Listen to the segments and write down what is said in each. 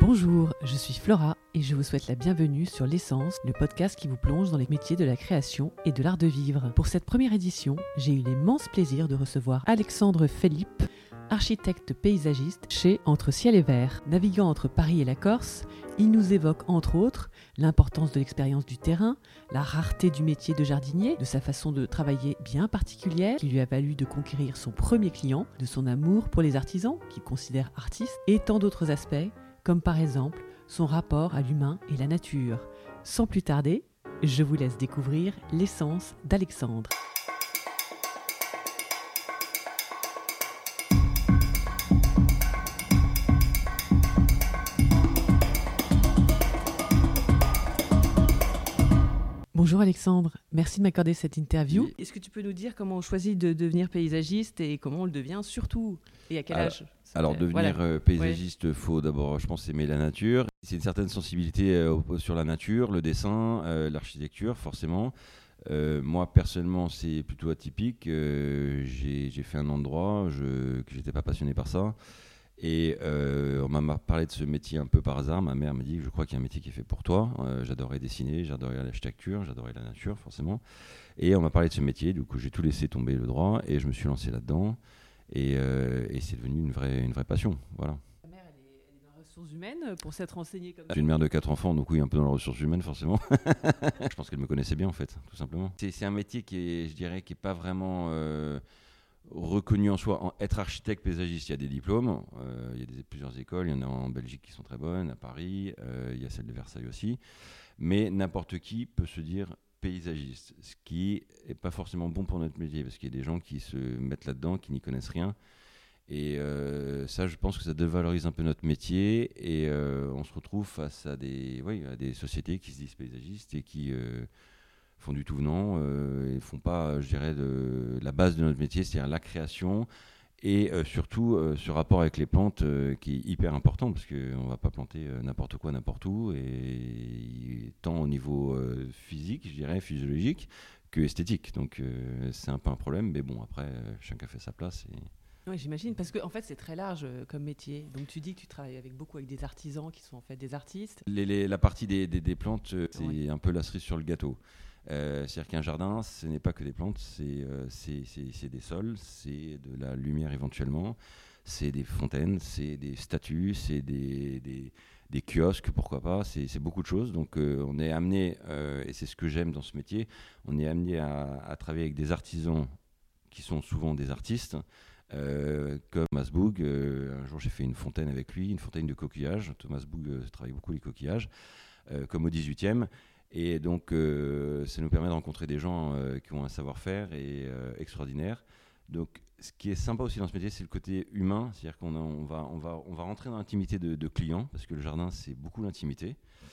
Bonjour, je suis Flora et je vous souhaite la bienvenue sur l'Essence, le podcast qui vous plonge dans les métiers de la création et de l'art de vivre. Pour cette première édition, j'ai eu l'immense plaisir de recevoir Alexandre Philippe, architecte paysagiste chez Entre Ciel et Vert. Naviguant entre Paris et la Corse, il nous évoque entre autres l'importance de l'expérience du terrain, la rareté du métier de jardinier, de sa façon de travailler bien particulière qui lui a valu de conquérir son premier client, de son amour pour les artisans qu'il considère artistes et tant d'autres aspects comme par exemple son rapport à l'humain et la nature. Sans plus tarder, je vous laisse découvrir l'essence d'Alexandre. Bonjour Alexandre, merci de m'accorder cette interview. Oui. Est-ce que tu peux nous dire comment on choisit de devenir paysagiste et comment on le devient surtout et à quel âge? Alors devenir paysagiste, faut d'abord, je pense, aimer la nature. C'est une certaine sensibilité sur la nature, le dessin, l'architecture, forcément. Moi, personnellement, c'est plutôt atypique. J'ai fait un an de droit, que j'étais pas passionné par ça. Et on m'a parlé de ce métier un peu par hasard. Ma mère m'a dit, je crois qu'il y a un métier qui est fait pour toi. J'adorais dessiner, j'adorais l'architecture, j'adorais la nature, forcément. Et on m'a parlé de ce métier, du coup j'ai tout laissé tomber le droit et je me suis lancé là-dedans. Et c'est devenu une vraie passion, voilà. Ta mère, elle est dans les ressources humaines pour s'être renseignée comme ça. J'ai une mère de 4 enfants, donc oui, un peu dans les ressources humaines, forcément. Je pense qu'elle me connaissait bien, en fait, tout simplement. C'est un métier qui est, je dirais, qui est pas vraiment reconnu en soi. Être architecte paysagiste, il y a des diplômes, il y a plusieurs écoles, il y en a en Belgique qui sont très bonnes, à Paris, il y a celle de Versailles aussi. Mais n'importe qui peut se dire paysagiste, ce qui est pas forcément bon pour notre métier, parce qu'il y a des gens qui se mettent là-dedans, qui n'y connaissent rien. Et ça, je pense que ça dévalorise un peu notre métier et on se retrouve face à des sociétés qui se disent paysagistes et qui font du tout venant et font pas, je dirais, la base de notre métier, c'est-à-dire la création et surtout ce rapport avec les plantes qui est hyper important parce qu'on ne va pas planter n'importe quoi, n'importe où, et tant au niveau physique, je dirais, physiologique, que esthétique. Donc c'est un peu un problème, mais bon, après, chacun fait sa place. Oui, j'imagine, parce que en fait, c'est très large comme métier. Donc, tu dis que tu travailles beaucoup avec des artisans qui sont en fait des artistes. La partie des plantes, c'est Ouais. un peu la cerise sur le gâteau. C'est-à-dire qu'un jardin, ce n'est pas que des plantes, c'est des sols, c'est de la lumière éventuellement, c'est des fontaines, c'est des statues, c'est des kiosques, pourquoi pas, c'est beaucoup de choses. Donc on est amené, et c'est ce que j'aime dans ce métier, on est amené à travailler avec des artisans qui sont souvent des artistes, comme Thomas Boog. Un jour j'ai fait une fontaine avec lui, une fontaine de coquillages. Thomas Boog travaille beaucoup les coquillages, comme au 18e. Et donc ça nous permet de rencontrer des gens qui ont un savoir-faire extraordinaire. Donc ce qui est sympa aussi dans ce métier, c'est le côté humain, c'est-à-dire qu'on va rentrer dans l'intimité de clients, parce que le jardin c'est beaucoup l'intimité.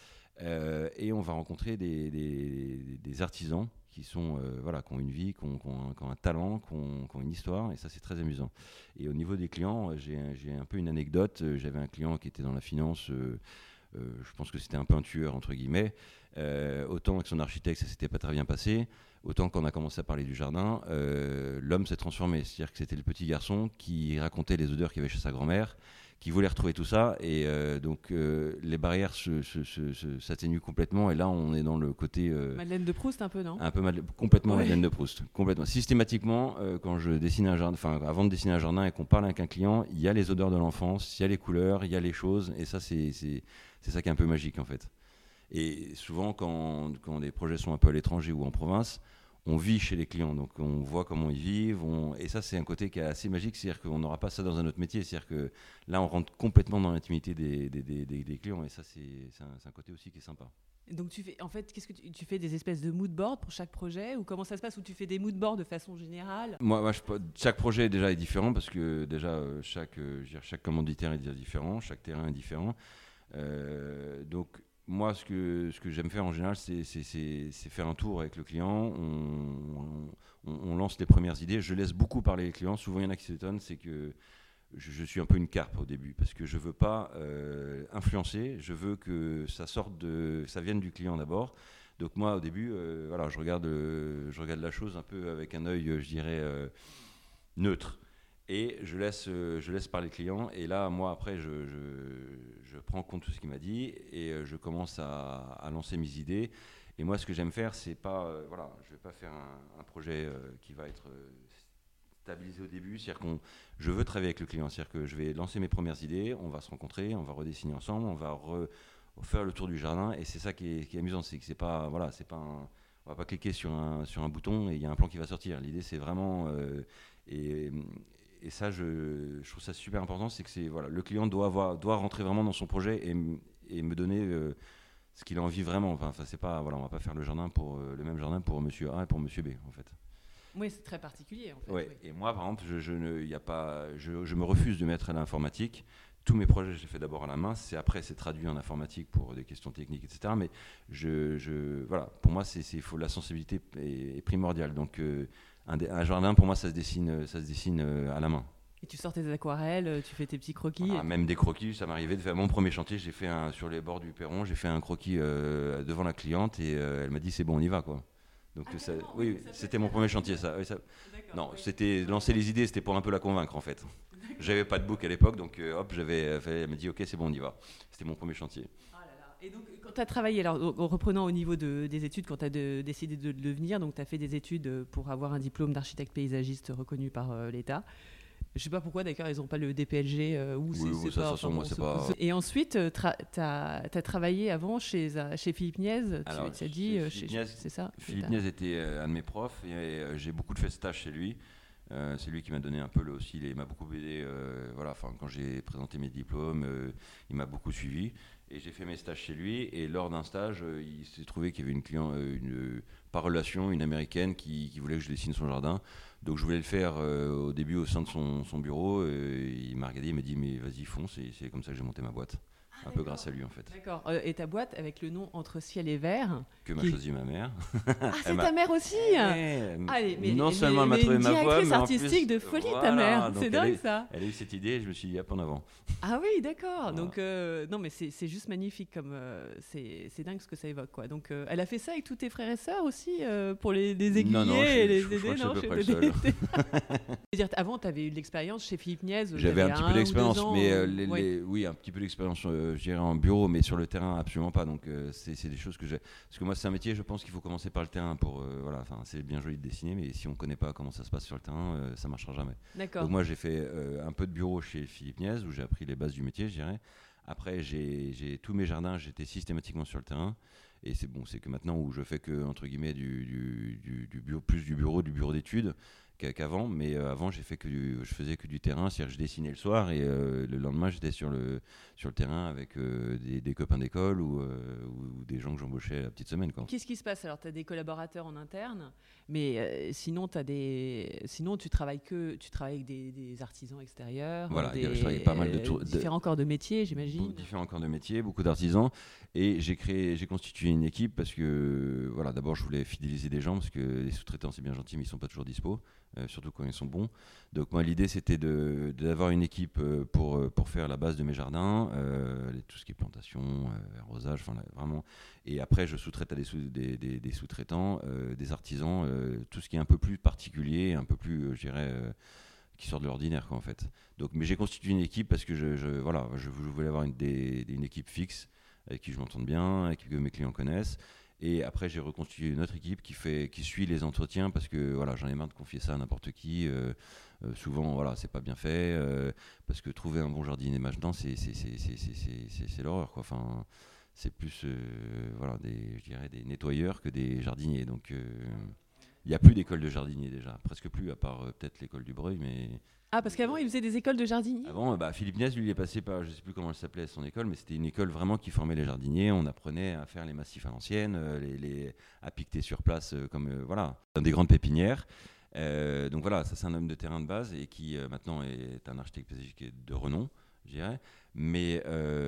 Et on va rencontrer des artisans qui sont qui ont une vie, qui ont un talent, qui ont une histoire, et ça c'est très amusant. Et au niveau des clients, j'ai un peu une anecdote. J'avais un client qui était dans la finance. Je pense que c'était un peu un tueur entre guillemets. Autant avec son architecte ça s'était pas très bien passé, autant quand on a commencé à parler du jardin, l'homme s'est transformé. C'est-à-dire que c'était le petit garçon qui racontait les odeurs qu'il y avait chez sa grand-mère, qui voulait retrouver tout ça, et donc les barrières s'atténuent complètement, et là on est dans le côté Madeleine de Proust un peu, non? un peu complètement Ouais. Madeleine de Proust, complètement. Systématiquement, quand je dessine un jardin, enfin avant de dessiner un jardin et qu'on parle avec un client, il y a les odeurs de l'enfance, il y a les couleurs, il y a les choses, et ça c'est ça qui est un peu magique en fait. Et souvent quand des projets sont un peu à l'étranger ou en province, on vit chez les clients, donc on voit comment ils vivent, et ça c'est un côté qui est assez magique, c'est-à-dire qu'on n'aura pas ça dans un autre métier, c'est-à-dire que là on rentre complètement dans l'intimité des clients, et ça c'est un côté aussi qui est sympa. Donc tu fais, en fait, qu'est-ce que tu fais des espèces de mood board pour chaque projet, ou comment ça se passe, ou tu fais des mood boards de façon générale? Moi chaque projet déjà est différent, parce que déjà chaque commanditaire est déjà différent, chaque terrain est différent. Donc moi, ce que j'aime faire en général, c'est faire un tour avec le client. On lance les premières idées. Je laisse beaucoup parler les clients. Souvent, il y en a qui s'étonnent, c'est que je suis un peu une carpe au début, parce que je veux pas influencer. Je veux que ça vienne du client d'abord. Donc moi, au début, je regarde la chose un peu avec un œil, je dirais, neutre. Et je laisse parler le client. Et là, moi, après, je prends en compte tout ce qu'il m'a dit et je commence à lancer mes idées. Et moi, ce que j'aime faire, c'est pas, voilà, je vais pas faire un projet qui va être stabilisé au début. C'est-à-dire je veux travailler avec le client. C'est-à-dire que je vais lancer mes premières idées, on va se rencontrer, on va redessiner ensemble, on va faire le tour du jardin. Et c'est ça qui est amusant, c'est que c'est pas, voilà, c'est pas on va pas cliquer sur un bouton et il y a un plan qui va sortir. L'idée, c'est vraiment et, et ça, je trouve ça super important, c'est que voilà, le client doit rentrer vraiment dans son projet et me donner ce qu'il a envie vraiment. Enfin, c'est pas, voilà, on va pas faire le même jardin pour Monsieur A et pour Monsieur B, en fait. Oui, c'est très particulier, en fait. Ouais. Oui. Et moi, par exemple, je me refuse de mettre à l'informatique. Tous mes projets, je les fais d'abord à la main. C'est traduit en informatique pour des questions techniques, etc. Mais voilà, pour moi, la sensibilité est primordiale. Donc, un jardin, pour moi, ça se dessine à la main. Et tu sors tes aquarelles, tu fais tes petits croquis. Ah, même des croquis, ça m'arrivait de faire mon premier chantier. J'ai fait sur les bords du perron, j'ai fait un croquis devant la cliente et elle m'a dit c'est bon, on y va quoi. Donc oui, c'était mon premier chantier ça. Oui, ça. Non, c'était lancer les idées, c'était pour un peu la convaincre en fait. J'avais pas de book à l'époque, donc hop, elle m'a dit ok c'est bon, on y va. C'était mon premier chantier. Et donc, quand tu as travaillé, alors en reprenant au niveau des études, quand tu as décidé de devenir, donc tu as fait des études pour avoir un diplôme d'architecte paysagiste reconnu par l'État. Je ne sais pas pourquoi, d'ailleurs, ils n'ont pas le DPLG ou oui, c'est ça, moi, c'est pas. Et ensuite, tu as travaillé avant chez Philippe Niez, tu as dit, c'est ça Philippe Niez était un de mes profs et j'ai beaucoup fait de stages chez lui. C'est lui qui m'a donné un peu il m'a beaucoup aidé. Voilà, quand j'ai présenté mes diplômes, il m'a beaucoup suivi. Et j'ai fait mes stages chez lui. Et lors d'un stage, il s'est trouvé qu'il y avait par relation, une américaine qui voulait que je dessine son jardin. Donc je voulais le faire au début au sein de son bureau. Il m'a regardé, il m'a dit mais vas-y fonce. Et c'est comme ça que j'ai monté ma boîte. Un peu grâce à lui en fait. D'accord. Et ta boîte avec le nom Entre ciel et verre que m'a choisi ma mère. Ah, c'est ta mère aussi. Allez, non seulement elle m'a trouvé ma voix, mais en plus artistique de folie, voilà, ta mère. C'est dingue ça. Elle a eu cette idée et je me suis dit hop en avant. Ah oui, d'accord. Voilà. Donc non, mais c'est juste magnifique comme c'est dingue ce que ça évoque quoi. Donc elle a fait ça avec tous tes frères et sœurs aussi pour les aiguiller non, et les aider. Non, je suis à peu près le seul. C'est-à-dire avant, tu avais eu de l'expérience chez Philippe Niez. J'avais un petit peu d'expérience, mais oui, un petit peu d'expérience, je dirais en bureau, mais sur le terrain absolument pas. Donc c'est des choses que j'ai. Parce que moi c'est un métier, je pense qu'il faut commencer par le terrain pour voilà. Enfin c'est bien joli de dessiner, mais si on connaît pas comment ça se passe sur le terrain, ça marchera jamais. D'accord. Donc moi j'ai fait un peu de bureau chez Philippe Niez où j'ai appris les bases du métier, je dirais. Après j'ai tous mes jardins, j'étais systématiquement sur le terrain. Et c'est que maintenant où je fais que entre guillemets du bureau, plus du bureau d'études qu'avant, mais avant je faisais que du terrain, c'est-à-dire que je dessinais le soir et le lendemain j'étais sur le terrain avec des copains d'école ou des gens que j'embauchais la petite semaine quoi. Qu'est-ce qui se passe alors? Tu as des collaborateurs en interne, mais sinon tu travailles avec des artisans extérieurs. Voilà, je travaille pas mal de différents corps de métiers, j'imagine. Différents corps de métiers, beaucoup d'artisans, et j'ai constitué une équipe parce que voilà, d'abord je voulais fidéliser des gens parce que les sous-traitants c'est bien gentil mais ils sont pas toujours dispo. Surtout quand ils sont bons. Donc moi l'idée c'était d'avoir une équipe pour faire la base de mes jardins, tout ce qui est plantation, arrosage, enfin vraiment. Et après je sous-traite à des sous-traitants, des artisans, tout ce qui est un peu plus particulier, un peu plus, je dirais, qui sort de l'ordinaire quoi en fait. Donc mais j'ai constitué une équipe parce que je voulais avoir une équipe fixe avec qui je m'entende bien, avec que mes clients connaissent. Et après, j'ai reconstitué une autre équipe qui suit les entretiens parce que voilà, j'en ai marre de confier ça à n'importe qui. Souvent, voilà, c'est pas bien fait parce que trouver un bon jardinier maintenant, c'est l'horreur, quoi. Enfin, c'est plus voilà, je dirais des nettoyeurs que des jardiniers. Donc, il n'y a plus d'école de jardinier déjà, presque plus, à part peut-être l'école du Breuil, mais. Ah, parce qu'avant, il faisait des écoles de jardiniers. Avant, Philippe Niez, lui, il est passé par, je ne sais plus comment elle s'appelait son école, mais c'était une école vraiment qui formait les jardiniers. On apprenait à faire les massifs à l'ancienne, à piqueter sur place, voilà, dans des grandes pépinières. Donc voilà, ça c'est un homme de terrain de base et qui maintenant est un architecte paysagiste de renom, je dirais. Mais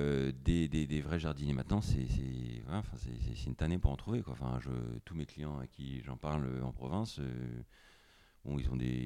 des vrais jardiniers maintenant, c'est une tannée pour en trouver, quoi. Enfin, tous mes clients à qui j'en parle en province. Bon,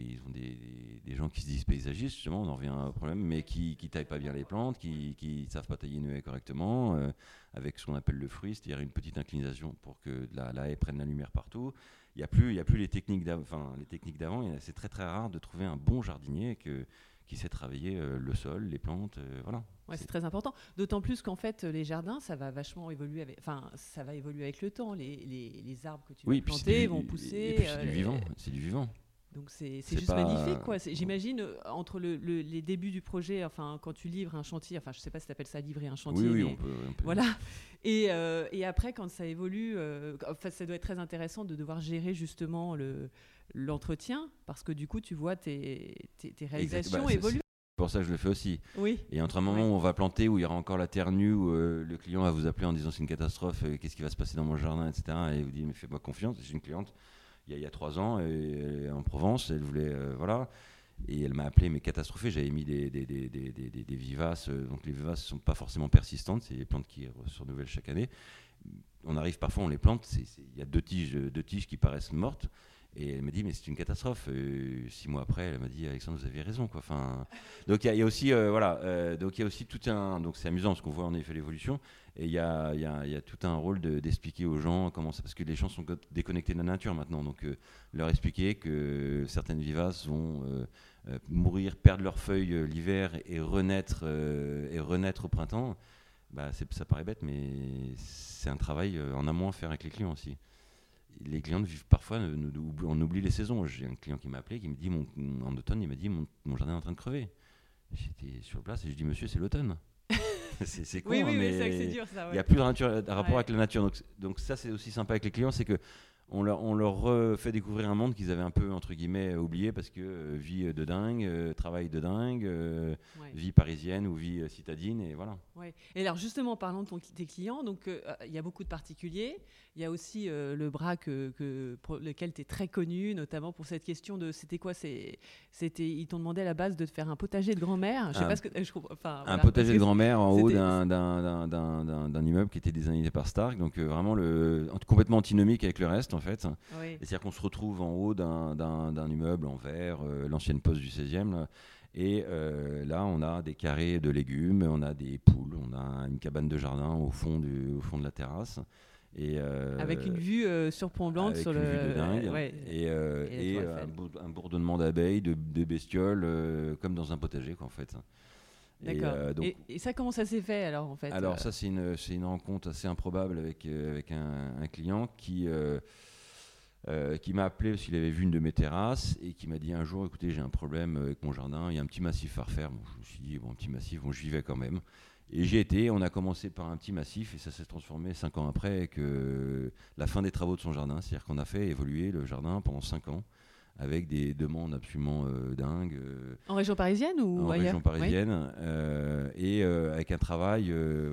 des gens qui se disent paysagistes, justement, on en revient au problème, mais qui taillent pas bien les plantes, qui savent pas tailler une haie correctement, avec ce qu'on appelle le fruit, c'est-à-dire une petite inclination pour que la haie prenne la lumière partout. Il y a plus les techniques d'avant, et c'est très très rare de trouver un bon jardinier qui sait travailler le sol, les plantes, voilà. Ouais, c'est très important. D'autant plus qu'en fait, les jardins, ça va vachement évoluer ça va évoluer avec le temps. Les arbres que tu vas planter vont pousser. Et puis c'est du vivant. Donc c'est juste magnifique, quoi. J'imagine entre les débuts du projet, enfin quand tu livres un chantier, enfin je sais pas si tu appelles ça livrer un chantier. Oui, on peut. Voilà. Et après quand ça évolue, ça doit être très intéressant de devoir gérer justement l'entretien, parce que du coup tu vois tes réalisations évoluer. C'est pour ça que je le fais aussi. Oui. Et entre un moment où on va planter, où il y aura encore la terre nue, où le client va vous appeler en disant c'est une catastrophe, qu'est-ce qui va se passer dans mon jardin, etc. Et vous dit mais fais-moi confiance, j'ai une cliente il y a 3 ans en Provence, elle voulait voilà, et elle m'a appelé mais catastrophée. J'avais mis des vivaces, donc les vivaces ne sont pas forcément persistantes, c'est des plantes qui se renouvellent chaque année. On arrive parfois, on les plante, il y a deux tiges qui paraissent mortes. Et elle m'a dit mais c'est une catastrophe. 6 mois après, elle m'a dit Alexandre, vous avez raison, quoi. Enfin, donc il y a aussi donc il y a aussi tout un, donc c'est amusant parce qu'on voit en effet l'évolution, et il y a tout un rôle d'expliquer aux gens comment ça, parce que les gens sont déconnectés de la nature maintenant, donc leur expliquer que certaines vivaces vont mourir, perdre leurs feuilles l'hiver et renaître au printemps. Ça paraît bête, mais c'est un travail en amont à faire avec les clients aussi. Les clients vivent parfois, on oublie les saisons. J'ai un client qui m'a appelé, qui me dit en automne, il m'a dit mon jardin est en train de crever. J'étais sur place et je dis monsieur, c'est l'automne. c'est con, oui, mais c'est vrai que c'est dur, ça. Ouais. Il n'y a plus de rapport avec la nature. Donc ça, c'est aussi sympa avec les clients, c'est que on leur fait découvrir un monde qu'ils avaient un peu, entre guillemets, oublié, parce que vie de dingue, travail de dingue, vie parisienne ou vie citadine, et voilà. Ouais. Et alors justement, parlant de tes clients, donc il y a beaucoup de particuliers, il y a aussi le Bras pour lequel tu es très connu, notamment pour cette question de, c'était quoi, ils t'ont demandé à la base de te faire un potager de grand-mère, je sais pas ce que je comprends. Un potager de grand-mère en haut d'un immeuble qui était designé par Stark, donc vraiment complètement antinomique avec le reste, en fait. Oui. C'est-à-dire qu'on se retrouve en haut d'un immeuble en verre, l'ancienne poste du 16e, là. Et là, on a des carrés de légumes, on a des poules, on a une cabane de jardin au fond de la terrasse. Et, avec une vue sur Pont-Blanc, sur une vue de dingue, et un bourdonnement d'abeilles, de bestioles, comme dans un potager, quoi, en fait. D'accord. Et ça, comment ça s'est fait alors, en fait? Alors ça, c'est une rencontre assez improbable avec un client qui m'a appelé parce qu'il avait vu une de mes terrasses et qui m'a dit un jour, écoutez, j'ai un problème avec mon jardin, il y a un petit massif à refaire. Bon, je me suis dit, un petit massif, j'y vais quand même. Et j'y étais, on a commencé par un petit massif et ça s'est transformé 5 ans après avec la fin des travaux de son jardin. C'est-à-dire qu'on a fait évoluer le jardin pendant 5 ans avec des demandes absolument dingues. En région parisienne ou ailleurs? En région parisienne, et avec un travail,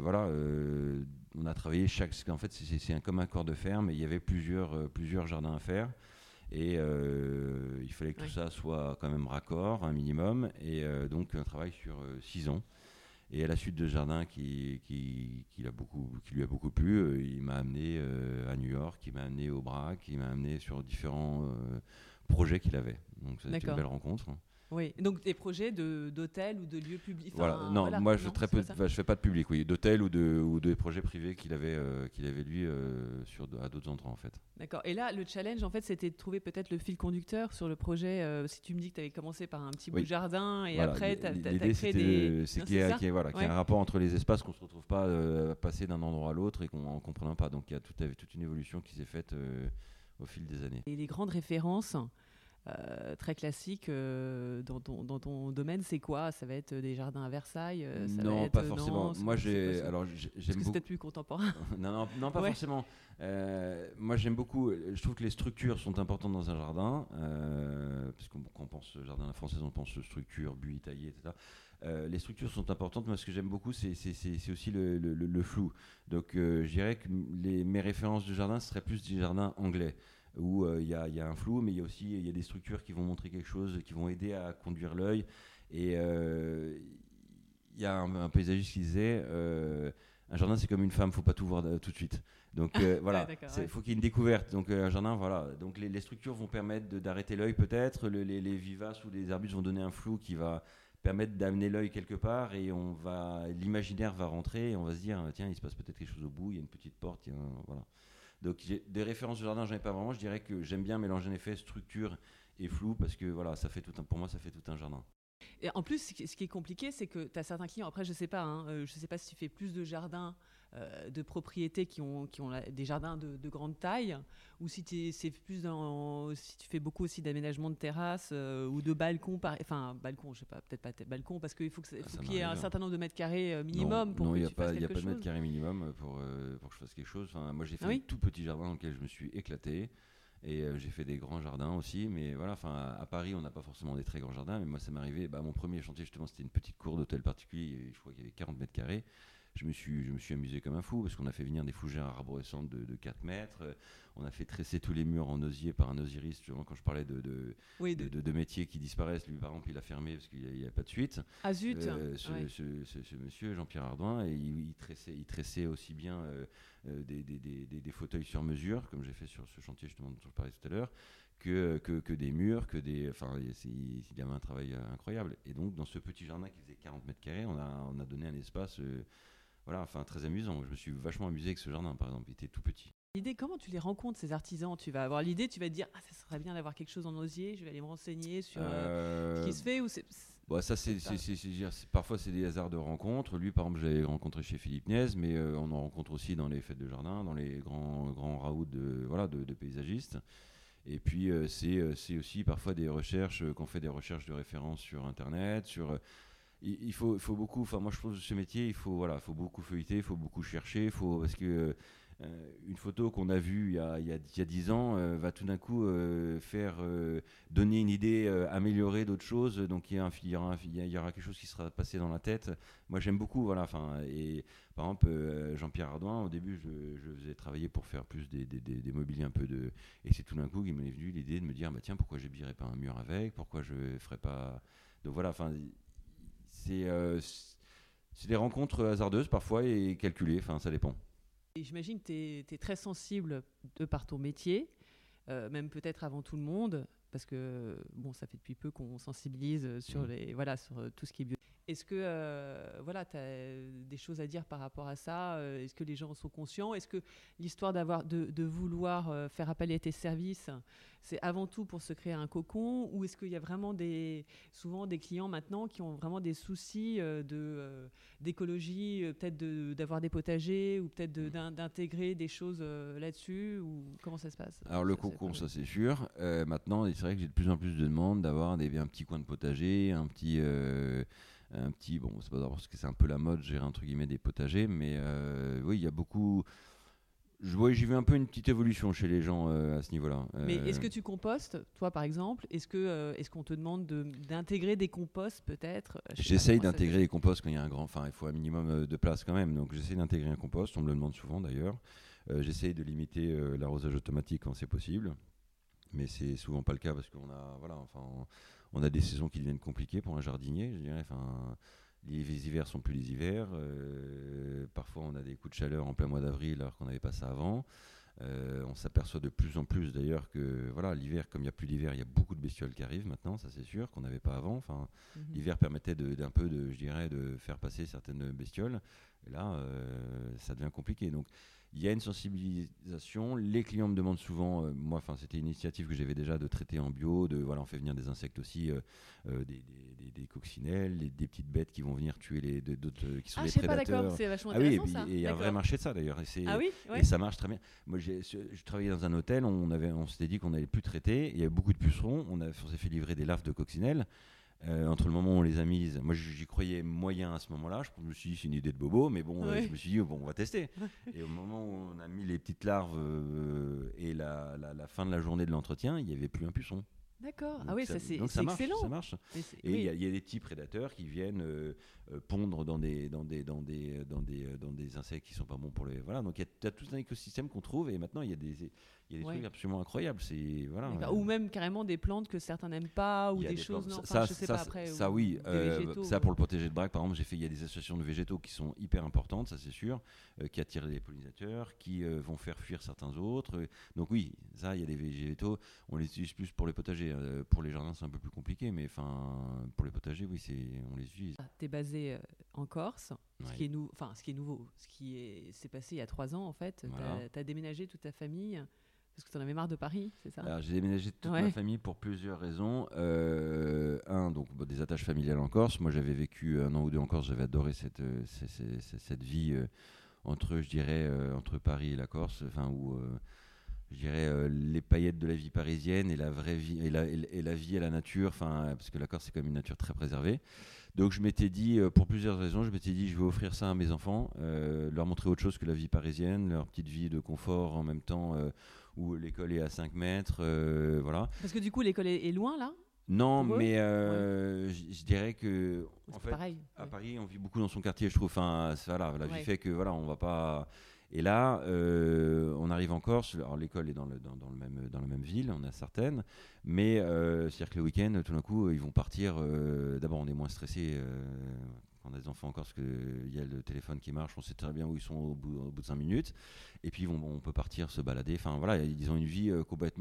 on a travaillé en fait c'est comme un corps de ferme, et il y avait plusieurs jardins à faire, et il fallait que tout ça soit quand même raccord, un minimum, et donc un travail sur 6 ans. Et à la suite de ce jardin qui lui a beaucoup plu, il m'a amené à New York, il m'a amené au BRAC, il m'a amené sur différents projets qu'il avait. Donc c'était une belle rencontre. Oui, donc des projets d'hôtels ou de lieux publics. Voilà. Non, moi je fais pas de public, oui, d'hôtels ou de projets privés qu'il avait lui à d'autres endroits, en fait. D'accord. Et là, le challenge, en fait, c'était de trouver peut-être le fil conducteur sur le projet. Si tu me dis que tu avais commencé par un petit bout de jardin et après tu as créé des. Qu'il y a un rapport entre les espaces, qu'on se retrouve pas à passer d'un endroit à l'autre et qu'on ne comprenait pas. Donc il y a toute une évolution qui s'est faite au fil des années. Et les grandes références très classique dans ton domaine, c'est quoi? Ça va être des jardins à Versailles? Non, pas forcément. Moi, j'aime beaucoup. C'est peut-être plus contemporain. non, pas forcément. Moi, j'aime beaucoup. Je trouve que les structures sont importantes dans un jardin, parce qu'on quand on pense jardin à la française, on pense structure, buis taillé, etc. Les structures sont importantes. Moi, ce que j'aime beaucoup, c'est aussi le flou. Donc, je dirais que mes références de jardin seraient plus des jardins anglais, où il y a un flou, mais il y a des structures qui vont montrer quelque chose, qui vont aider à conduire l'œil. Et il y a un paysagiste qui disait Un jardin, c'est comme une femme, faut pas tout voir tout de suite. Donc voilà, Ouais, faut qu'il y ait une découverte. Donc un jardin, voilà. Donc les structures vont permettre d'arrêter l'œil peut-être. Les vivaces ou les arbustes vont donner un flou qui va permettre d'amener l'œil quelque part et l'imaginaire va rentrer et on va se dire tiens, il se passe peut-être quelque chose au bout, il y a une petite porte, voilà. Donc des références de jardin, j'en ai pas vraiment. Je dirais que j'aime bien mélanger en effet structure et flou parce que voilà, pour moi, ça fait tout un jardin. Et en plus, ce qui est compliqué, c'est que tu as certains clients, après je sais pas, je sais pas si tu fais plus de jardins de propriétés qui ont des jardins de grande taille, ou si c'est plus si tu fais beaucoup aussi d'aménagement de terrasses ou de balcons, enfin balcons, je sais pas, peut-être pas balcons, parce qu'il faut qu'il y ait un certain nombre de mètres carrés minimum pour que tu fasses quelque chose. Non, il n'y a pas de mètres carrés minimum pour que je fasse quelque chose. Enfin, moi j'ai fait un tout petit jardin dans lequel je me suis éclaté. Et j'ai fait des grands jardins aussi, mais voilà, à Paris, on n'a pas forcément des très grands jardins, mais moi, ça m'est arrivé, mon premier chantier, justement, c'était une petite cour d'hôtel particulier, et je crois qu'il y avait 40 mètres carrés. Je me suis amusé comme un fou, parce qu'on a fait venir des fougères arborescentes de 4 mètres, on a fait tresser tous les murs en osier par un osiriste, justement, quand je parlais de métiers qui disparaissent. Lui, par exemple, il a fermé parce qu'il n'y a pas de suite. Ah zut Ce monsieur, Jean-Pierre Ardouin, et il tressait aussi bien des fauteuils sur mesure, comme j'ai fait sur ce chantier justement dont je parlais tout à l'heure, que des murs, il avait un travail incroyable. Et donc dans ce petit jardin qui faisait 40 mètres carrés, on a donné un espace très amusant. Je me suis vachement amusé avec ce jardin, par exemple, il était tout petit. L'idée, comment tu les rencontres, ces artisans? Tu vas avoir l'idée, tu vas te dire ça serait bien d'avoir quelque chose en osier, je vais aller me renseigner sur ce qui se fait, ou c'est... Parfois c'est des hasards de rencontres. Lui, par exemple, je l'avais rencontré chez Philippe Niez, mais on en rencontre aussi dans les fêtes de jardin, dans les grands raouts de paysagistes. Et puis c'est aussi parfois des recherches, qu'on fait des recherches de référence sur Internet, il faut beaucoup. Enfin, moi je trouve que ce métier, il faut beaucoup feuilleter, il faut beaucoup chercher, parce que une photo qu'on a vue il y a 10 ans va tout d'un coup donner une idée améliorée d'autres choses. Donc il y aura quelque chose qui sera passé dans la tête. Moi j'aime beaucoup. Et par exemple Jean-Pierre Ardouin, au début je faisais travailler pour faire plus des mobiliers un peu et c'est tout d'un coup qu'il m'est venu l'idée de me dire tiens, pourquoi j'habillerais pas un mur avec, pourquoi je ferais pas. Donc voilà, c'est des rencontres hasardeuses parfois et calculées, ça dépend. Et j'imagine que tu es très sensible de par ton métier, même peut-être avant tout le monde, parce que ça fait depuis peu qu'on sensibilise sur tout ce qui est bio. Est-ce que tu as des choses à dire par rapport à ça? Est-ce que les gens en sont conscients? Est-ce que l'histoire de vouloir faire appel à tes services, c'est avant tout pour se créer un cocon, ou est-ce qu'il y a vraiment souvent des clients maintenant qui ont vraiment des soucis d'écologie, peut-être d'avoir des potagers, ou peut-être d'intégrer des choses là-dessus, ou comment ça se passe? Alors le cocon, ça c'est sûr. Maintenant, c'est vrai que j'ai de plus en plus de demandes d'avoir un petit coin de potager, un petit c'est pas parce que c'est un peu la mode, gérer entre guillemets des potagers, mais oui, il y a beaucoup. J'ai vu un peu une petite évolution chez les gens à ce niveau-là. Mais est-ce que tu compostes, toi par exemple? Est-ce qu'on te demande d'intégrer des composts peut-être? J'essaye d'intégrer les composts quand il y a il faut un minimum de place quand même. Donc j'essaie d'intégrer un compost, on me le demande souvent d'ailleurs. J'essaye de limiter l'arrosage automatique quand c'est possible, mais c'est souvent pas le cas parce on a des saisons qui deviennent compliquées pour un jardinier, je dirais. Les hivers sont plus les hivers. Parfois, on a des coups de chaleur en plein mois d'avril alors qu'on n'avait pas ça avant. On s'aperçoit de plus en plus d'ailleurs que l'hiver, comme il n'y a plus d'hiver, il y a beaucoup de bestioles qui arrivent maintenant, ça c'est sûr, qu'on n'avait pas avant. L'hiver permettait de faire passer certaines bestioles. Et là, ça devient compliqué. Donc, il y a une sensibilisation. Les clients me demandent souvent, c'était une initiative que j'avais déjà de traiter en bio. On fait venir des insectes aussi, des coccinelles, des petites bêtes qui vont venir tuer d'autres qui sont des prédateurs. Ah, je sais pas, d'accord, c'est vachement intéressant ça. Et il y a un vrai marché de ça d'ailleurs. Et ça marche très bien. Moi, je travaillais dans un hôtel, on s'était dit qu'on n'allait plus traiter. Il y avait beaucoup de pucerons. On s'est fait livrer des larves de coccinelles. Entre le moment où on les a mises, moi j'y croyais moyen à ce moment-là, je me suis dit c'est une idée de bobo, mais je me suis dit on va tester. Et au moment où on a mis les petites larves et la fin de la journée de l'entretien, il n'y avait plus un puceron. D'accord. Ah Donc oui, ça, c'est donc ça marche, excellent. ça marche. Mais c'est- Et oui. il y a des petits prédateurs qui viennent pondre dans des insectes qui sont pas bons pour les. Voilà, donc il y a tout un écosystème qu'on trouve et maintenant il y a des trucs Ouais. absolument incroyables. C'est voilà. D'accord. Ou même carrément des plantes que certains n'aiment pas ou Il y a des des choses plantes. non. Enfin, je sais pas après. Ça, Ou oui. des végétaux. Ça, pour le protéger de braque, par exemple, il y a des associations de végétaux qui sont hyper importantes, ça c'est sûr, qui attirent les pollinisateurs, qui vont faire fuir certains autres. Donc oui, ça, il y a des végétaux. On les utilise plus pour les potagers. Pour les jardins, c'est un peu plus compliqué, mais enfin, pour les potagers, oui, on les utilise. Tu es basé en Corse, ce qui Ouais. est enfin, ce qui est nouveau, s'est passé il y a 3 ans en fait. Voilà. Tu as déménagé toute ta famille parce que tu en avais marre de Paris, c'est ça? Alors, j'ai déménagé toute Ouais. ma famille pour plusieurs raisons. Donc des attaches familiales en Corse. Moi, j'avais vécu 1 an ou 2 en Corse. J'avais adoré cette vie entre, je dirais, entre Paris et la Corse. Enfin, où je dirais les paillettes de la vie parisienne et la vraie vie et la vie à la nature. Enfin, parce que la Corse c'est quand même une nature très préservée. Donc je m'étais dit, pour plusieurs raisons, je m'étais dit, je vais offrir ça à mes enfants, leur montrer autre chose que la vie parisienne, leur petite vie de confort en même temps, où l'école est à 5 mètres, voilà. Parce que du coup, l'école est loin là Non, pour eux? mais Ouais. je dirais que, Ou en c'est fait, pareil? à Ouais. Paris, on vit beaucoup dans son quartier, je trouve. Enfin, voilà, la vie Ouais. fait que, voilà, on va pas. Et là, on arrive en Corse. Alors, l'école est dans la même ville, on a certaines. Mais c'est-à-dire que le week-end, tout d'un coup, ils vont partir. D'abord, on est moins stressé quand on a des enfants en Corse, parce qu'il y a le téléphone qui marche, on sait très bien où ils sont au bout de 5 minutes. Et puis, on peut partir se balader. Enfin, voilà, ils ont une vie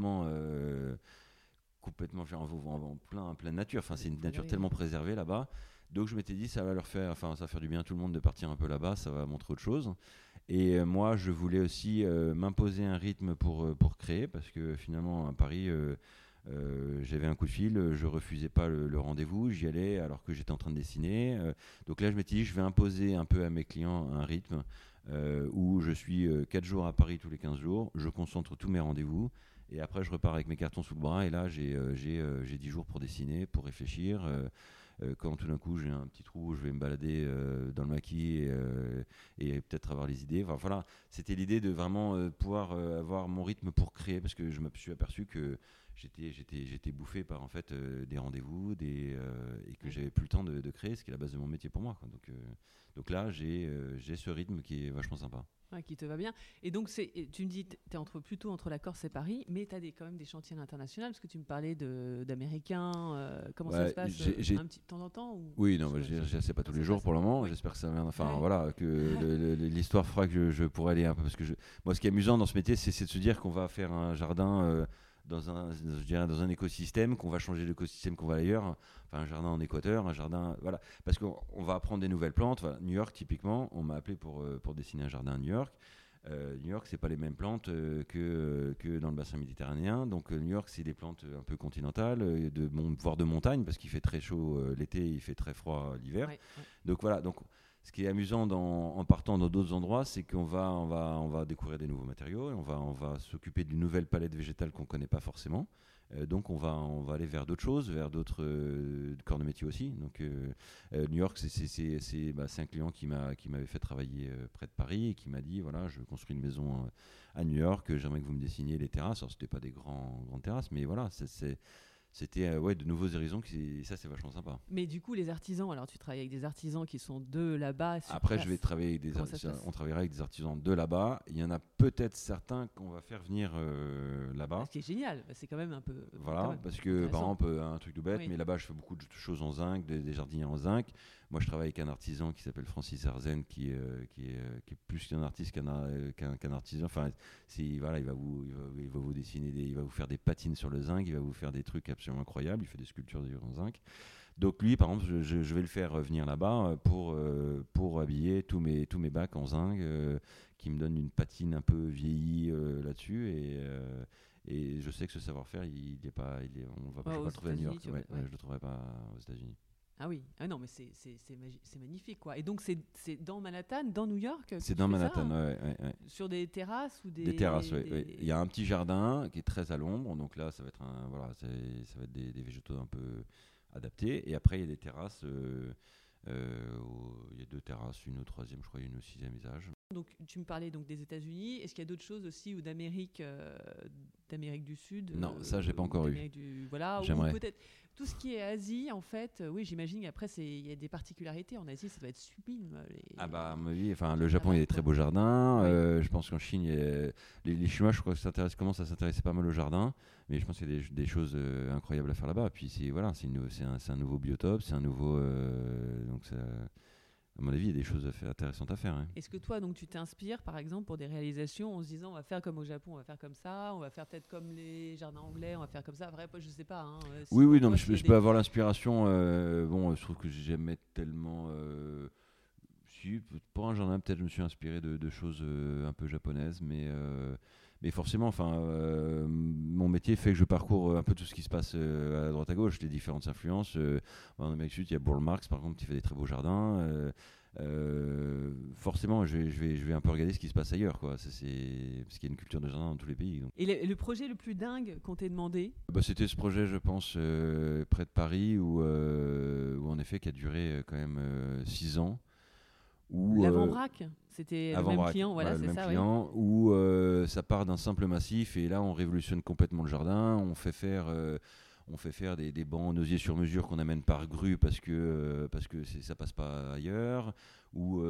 complètement en pleine nature. Enfin, c'est une nature tellement préservée là-bas. Donc je m'étais dit, ça va ça va faire du bien à tout le monde de partir un peu là-bas, ça va montrer autre chose. Et moi, je voulais aussi m'imposer un rythme pour créer, parce que finalement, à Paris, j'avais un coup de fil, je refusais pas le rendez-vous, j'y allais alors que j'étais en train de dessiner. Donc là, je m'étais dit, je vais imposer un peu à mes clients un rythme où je suis 4 jours à Paris tous les 15 jours, je concentre tous mes rendez-vous. Et après, je repars avec mes cartons sous le bras. Et là, j'ai 10 jours pour dessiner, pour réfléchir. Quand tout d'un coup, j'ai un petit trou, je vais me balader dans le maquis et peut-être avoir les idées. Enfin, voilà, c'était l'idée de vraiment pouvoir avoir mon rythme pour créer. Parce que je me suis aperçu que j'étais bouffé par en fait, des rendez-vous et que j'avais plus le temps de créer, ce qui est la base de mon métier pour moi, quoi. Donc là, j'ai ce rythme qui est vachement sympa. Ouais, qui te va bien. Et donc, tu me dis, tu es plutôt entre la Corse et Paris, mais tu as quand même des chantiers à l'international, parce que tu me parlais d'Américains. Comment ça Ouais, se passe un petit de temps en temps Oui, non, je sais pas tous les jours pour le moment. Ouais. J'espère que ça vient. Enfin, Ouais. voilà, que l'histoire fera que je pourrai aller un peu. Parce que moi, ce qui est amusant dans ce métier, c'est de se dire qu'on va faire un jardin je dirais dans un écosystème, qu'on va changer l'écosystème qu'on va ailleurs. Enfin, un jardin en Équateur, un jardin. Voilà. Parce qu'on va apprendre des nouvelles plantes. Voilà. New York, typiquement, on m'a appelé pour dessiner un jardin à New York. New York, c'est pas les mêmes plantes que dans le bassin méditerranéen. Donc New York, c'est des plantes un peu continentales, voire de montagne, parce qu'il fait très chaud l'été, il fait très froid l'hiver. Ouais. Donc voilà. Donc ce qui est amusant en partant dans d'autres endroits, c'est qu'on va découvrir des nouveaux matériaux, et on va s'occuper d'une nouvelle palette végétale qu'on connaît pas forcément. Donc on va aller vers d'autres choses, vers d'autres corps de métier aussi. Donc New York, c'est un client qui m'avait fait travailler près de Paris et qui m'a dit, voilà, je construis une maison à New York, j'aimerais que vous me dessiniez les terrasses. Alors c'était pas des grandes terrasses, mais voilà, c'était de nouveaux horizons, ça c'est vachement sympa. Mais du coup, les artisans, alors tu travailles avec des artisans qui sont de là-bas sur Après, place. je vais travailler avec Comment ça se passe on travaillera avec des artisans de là-bas. Il y en a peut-être certains qu'on va faire venir là-bas. Ce qui est génial, c'est quand même un peu. Voilà, Même parce que par intéressant. exemple, un truc de bête, Oui. mais là-bas je fais beaucoup de choses en zinc, des jardiniers en zinc. Moi je travaille avec un artisan qui s'appelle Francis Arzen, qui est plus qu'un artiste qu'un artisan. Enfin, voilà, il va vous dessiner, il va vous faire des patines sur le zinc, il va vous faire des trucs absolument incroyables, il fait des sculptures en zinc. Donc lui, par exemple, je vais le faire venir là-bas pour habiller tous mes bacs en zinc, qui me donne une patine un peu vieillie là-dessus. Et je sais que ce savoir-faire, je ne vais pas le trouver à New York. Ouais. Je ne le trouverai pas aux États-Unis. Ah oui, ah non, mais c'est magnifique, quoi. Et donc, c'est dans Manhattan, dans New York que C'est tu dans fais Manhattan, ça, ouais. sur des terrasses ou Des terrasses, ouais. Il y a un petit jardin qui est très à l'ombre, donc là, ça va être ça va être des végétaux un peu adaptés. Et après, il y a des terrasses. Il y a 2 terrasses, une au 3e, je crois, et une au 6e étage. Donc, tu me parlais donc des États-Unis. Est-ce qu'il y a d'autres choses aussi ou d'Amérique du Sud Non, ça, j'ai pas encore eu. Voilà, J'aimerais. ou peut-être tout ce qui est Asie, en fait. Oui, j'imagine qu'après, il y a des particularités. En Asie, ça doit être sublime. Ah bah, à mon avis, le Japon, il y a des très beaux jardins. Oui. Je pense qu'en Chine, les Chinois, je crois, commencent à s'intéresser pas mal aux jardins. Mais je pense qu'il y a des choses incroyables à faire là-bas. Puis c'est un nouveau biotope, c'est un nouveau. Donc ça, à mon avis, il y a des choses intéressantes à faire. Hein. Est-ce que toi, donc, tu t'inspires, par exemple, pour des réalisations en se disant, on va faire comme au Japon, on va faire comme ça, on va faire peut-être comme les jardins anglais, on va faire comme ça. Après, je sais pas. Hein, Oui, non, mais je peux avoir l'inspiration. Je trouve que j'aimais tellement. Si, pour un jardin, peut-être je me suis inspiré de choses un peu japonaises, mais forcément, mon métier fait que je parcours un peu tout ce qui se passe à droite à gauche, les différentes influences. En Amérique du Sud, il y a Burl Marx, par exemple, qui fait des très beaux jardins. Forcément, je vais un peu regarder ce qui se passe ailleurs, quoi. Parce qu'il y a une culture de jardin dans tous les pays. Donc. Et le projet le plus dingue qu'on t'ait demandé? C'était ce projet, je pense, près de Paris, où en effet, qui a duré quand même 6 ans. L'avant-braque, c'était le même client, voilà, c'est le même ça, client, oui. où ça part d'un simple massif et là on révolutionne complètement le jardin, on fait faire des bancs en osier sur mesure qu'on amène par grue parce que ça passe pas ailleurs. Ou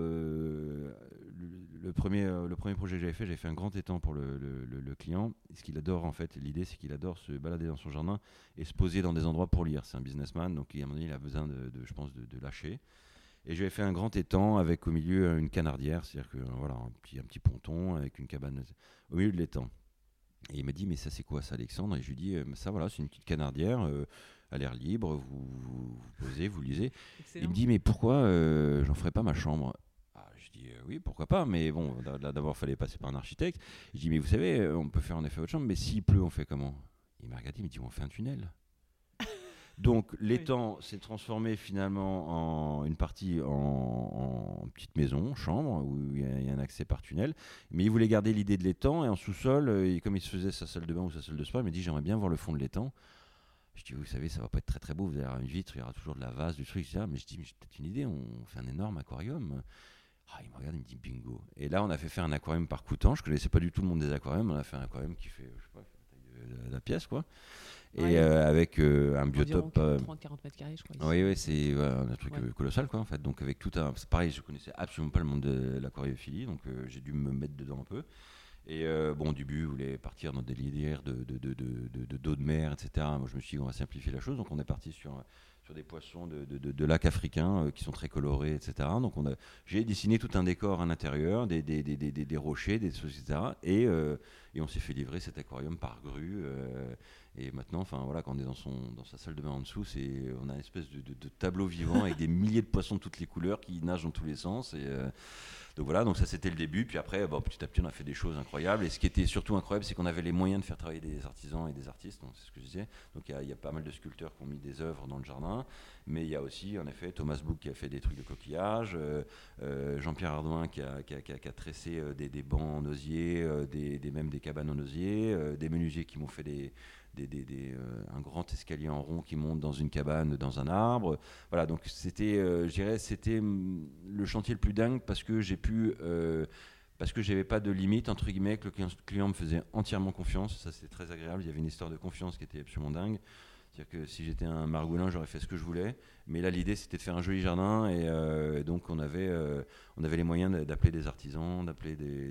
le premier projet que j'avais fait un grand étang pour le client. Ce qu'il adore en fait, l'idée c'est qu'il adore se balader dans son jardin et se poser dans des endroits pour lire. C'est un businessman, donc à un moment donné il a besoin je pense de lâcher. Et j'avais fait un grand étang avec au milieu une canardière, c'est-à-dire que voilà, un petit ponton avec une cabane au milieu de l'étang. Et il m'a dit, mais ça c'est quoi ça, Alexandre? Et je lui dis, ça voilà, c'est une petite canardière à l'air libre, vous posez, vous lisez. Excellent. Il me dit, mais pourquoi j'en ferais pas ma chambre? Je dis, oui, pourquoi pas, mais bon, là d'abord il fallait passer par un architecte. Je dis, mais vous savez, on peut faire en effet votre chambre, mais s'il pleut, on fait comment? Il m'a regardé, il m'a dit, on fait un tunnel. Donc l'étang s'est transformé finalement en une partie en petite maison, chambre, où il y a un accès par tunnel. Mais il voulait garder l'idée de l'étang et en sous-sol, et comme il se faisait sa salle de bain ou sa salle de sport, il m'a dit j'aimerais bien voir le fond de l'étang. Je dis vous savez ça va pas être très très beau, vous allez avoir une vitre, il y aura toujours de la vase, du truc, etc. Mais je dis mais j'ai peut-être une idée, on fait un énorme aquarium. Il me regarde, il me dit bingo. Et là on a fait faire un aquarium par Coutan, je connaissais pas du tout le monde des aquariums, on a fait un aquarium qui fait je sais pas la taille de la pièce quoi. Et avec un biotope. 30-40 mètres carrés, je crois. Oui, c'est un truc colossal, quoi, en fait. Donc, avec tout un. C'est pareil, je connaissais absolument pas le monde de l'aquariophilie, donc j'ai dû me mettre dedans un peu. Et au début, vous voulez partir dans des litières d'eau de mer, etc. Moi, je me suis dit, on va simplifier la chose. Donc, on est parti sur des poissons de lacs africains qui sont très colorés, etc. Donc, j'ai dessiné tout un décor à l'intérieur, des rochers, des choses, etc. Et on s'est fait livrer cet aquarium par grue. Et maintenant, quand on est dans sa salle de bain en dessous, on a une espèce de tableau vivant avec des milliers de poissons de toutes les couleurs qui nagent dans tous les sens. Et donc voilà, donc ça c'était le début. Puis après, petit à petit, on a fait des choses incroyables. Et ce qui était surtout incroyable, c'est qu'on avait les moyens de faire travailler des artisans et des artistes. Donc c'est ce que je disais. Donc il y a pas mal de sculpteurs qui ont mis des œuvres dans le jardin. Mais il y a aussi, en effet, Thomas Book qui a fait des trucs de coquillage, Jean-Pierre Ardouin qui a tressé des bancs en osier, même des cabanes en osier, des menuisiers qui m'ont fait un grand escalier en rond qui monte dans une cabane, dans un arbre. Voilà, donc c'était le chantier le plus dingue parce que parce que j'avais pas de limite, entre guillemets, que le client me faisait entièrement confiance. Ça, c'était très agréable. Il y avait une histoire de confiance qui était absolument dingue. C'est-à-dire que si j'étais un margoulin, j'aurais fait ce que je voulais. Mais là, l'idée, c'était de faire un joli jardin. Et donc, on avait les moyens d'appeler des artisans, de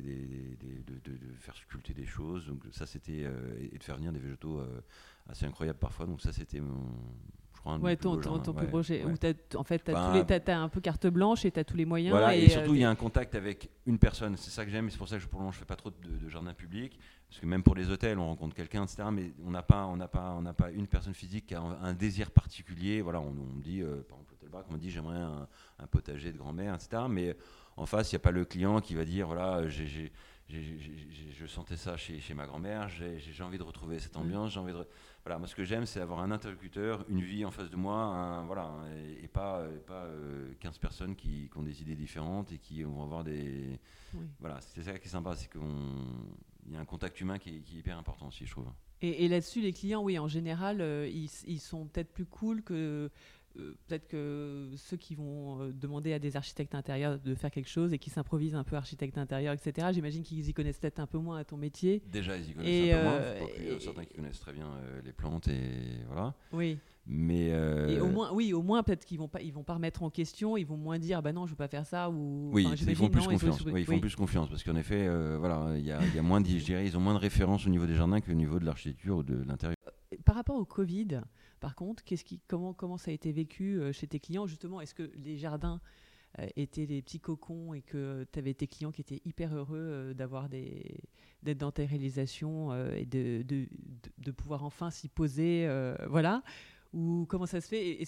faire sculpter des choses. Donc, ça, c'était... et de faire venir des végétaux assez incroyables parfois. Donc, ça, c'était ton plus projet. Où t'as un peu carte blanche et t'as tous les moyens. Voilà, et surtout, il y a un contact avec une personne. C'est ça que j'aime. Et c'est pour ça que pour le moment, je fais pas trop de jardin public. Parce que même pour les hôtels, on rencontre quelqu'un, etc. Mais on n'a pas une personne physique qui a un désir particulier. Voilà, on me dit, par exemple, l'hôtel Brac, on me dit j'aimerais un potager de grand-mère, etc. Mais en face, il n'y a pas le client qui va dire voilà, je sentais ça chez ma grand-mère, j'ai envie de retrouver cette ambiance, Voilà, moi ce que j'aime, c'est avoir un interlocuteur, une vie en face de moi, et pas 15 personnes qui ont des idées différentes et qui vont avoir des... Oui. Voilà, c'est ça qui est sympa, c'est qu'il y a un contact humain qui est hyper important aussi, je trouve. Et là-dessus, les clients, oui, en général, ils sont peut-être plus cool que peut-être que ceux qui vont demander à des architectes intérieurs de faire quelque chose et qui s'improvisent un peu architecte intérieur, etc., j'imagine qu'ils y connaissent peut-être un peu moins à ton métier. Déjà, ils y connaissent un peu moins. Faut pas qu'il y a certains qui connaissent très bien les plantes et voilà. Oui. Mais Et au moins peut-être qu'ils vont pas remettre en question, ils vont moins dire bah non je veux pas faire ça ou. oui, Enfin, ils font plus non, confiance. Oui, ils font plus confiance parce qu'en effet, voilà, il y a moins, je dirais, ils ont moins de références au niveau des jardins qu'au niveau de l'architecture ou de l'intérieur. Par rapport au Covid, par contre, comment ça a été vécu chez tes clients justement? Est-ce que les jardins étaient des petits cocons et que tu avais tes clients qui étaient hyper heureux d'être dans tes réalisations et de pouvoir enfin s'y poser, voilà. Ou comment ça se fait?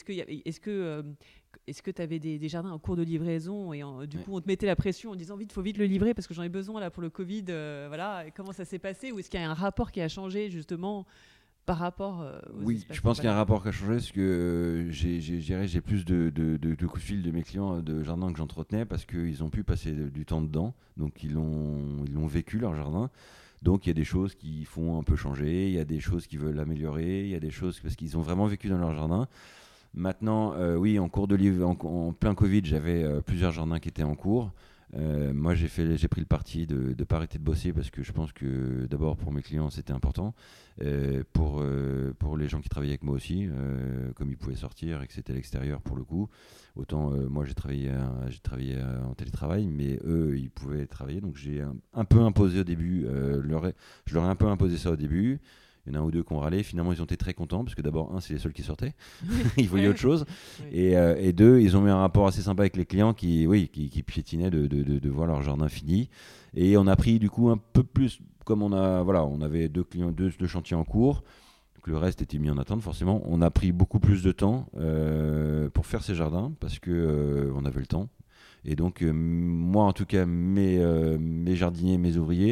Est-ce que tu avais des jardins en cours de livraison et du coup on te mettait la pression en disant vite, faut vite le livrer parce que j'en ai besoin là pour le Covid, voilà. Et comment ça s'est passé? Ou est-ce qu'il y a un rapport qui a changé justement par rapport aux Oui, espaces je pense qu'il y a un urbains? rapport qui a changé parce que j'ai plus de coups de fil de mes clients de jardin que j'entretenais parce qu'ils ont pu passer du temps dedans, donc ils l'ont vécu leur jardin. Donc il y a des choses qui font un peu changer, il y a des choses qui veulent améliorer, il y a des choses parce qu'ils ont vraiment vécu dans leur jardin. Maintenant, oui, en cours de livre, en plein Covid, j'avais plusieurs jardins qui étaient en cours. Moi, j'ai pris le parti de ne pas arrêter de bosser parce que je pense que d'abord pour mes clients c'était important, pour les gens qui travaillaient avec moi aussi, comme ils pouvaient sortir et que c'était à l'extérieur pour le coup. Autant moi j'ai travaillé en télétravail, mais eux ils pouvaient travailler, donc j'ai un peu imposé au début. Je leur ai un peu imposé ça au début. Il y en a un ou deux qui ont râlé. Finalement, ils ont été très contents parce que d'abord, un, c'est les seuls qui sortaient. Ils voyaient autre chose. Oui. Et deux, ils ont eu un rapport assez sympa avec les clients qui piétinaient de voir leur jardin fini. Et on a pris du coup un peu plus, comme on avait deux chantiers en cours. Donc le reste était mis en attente forcément. On a pris beaucoup plus de temps pour faire ces jardins parce que on avait le temps. Et donc moi en tout cas mes jardiniers, mes ouvriers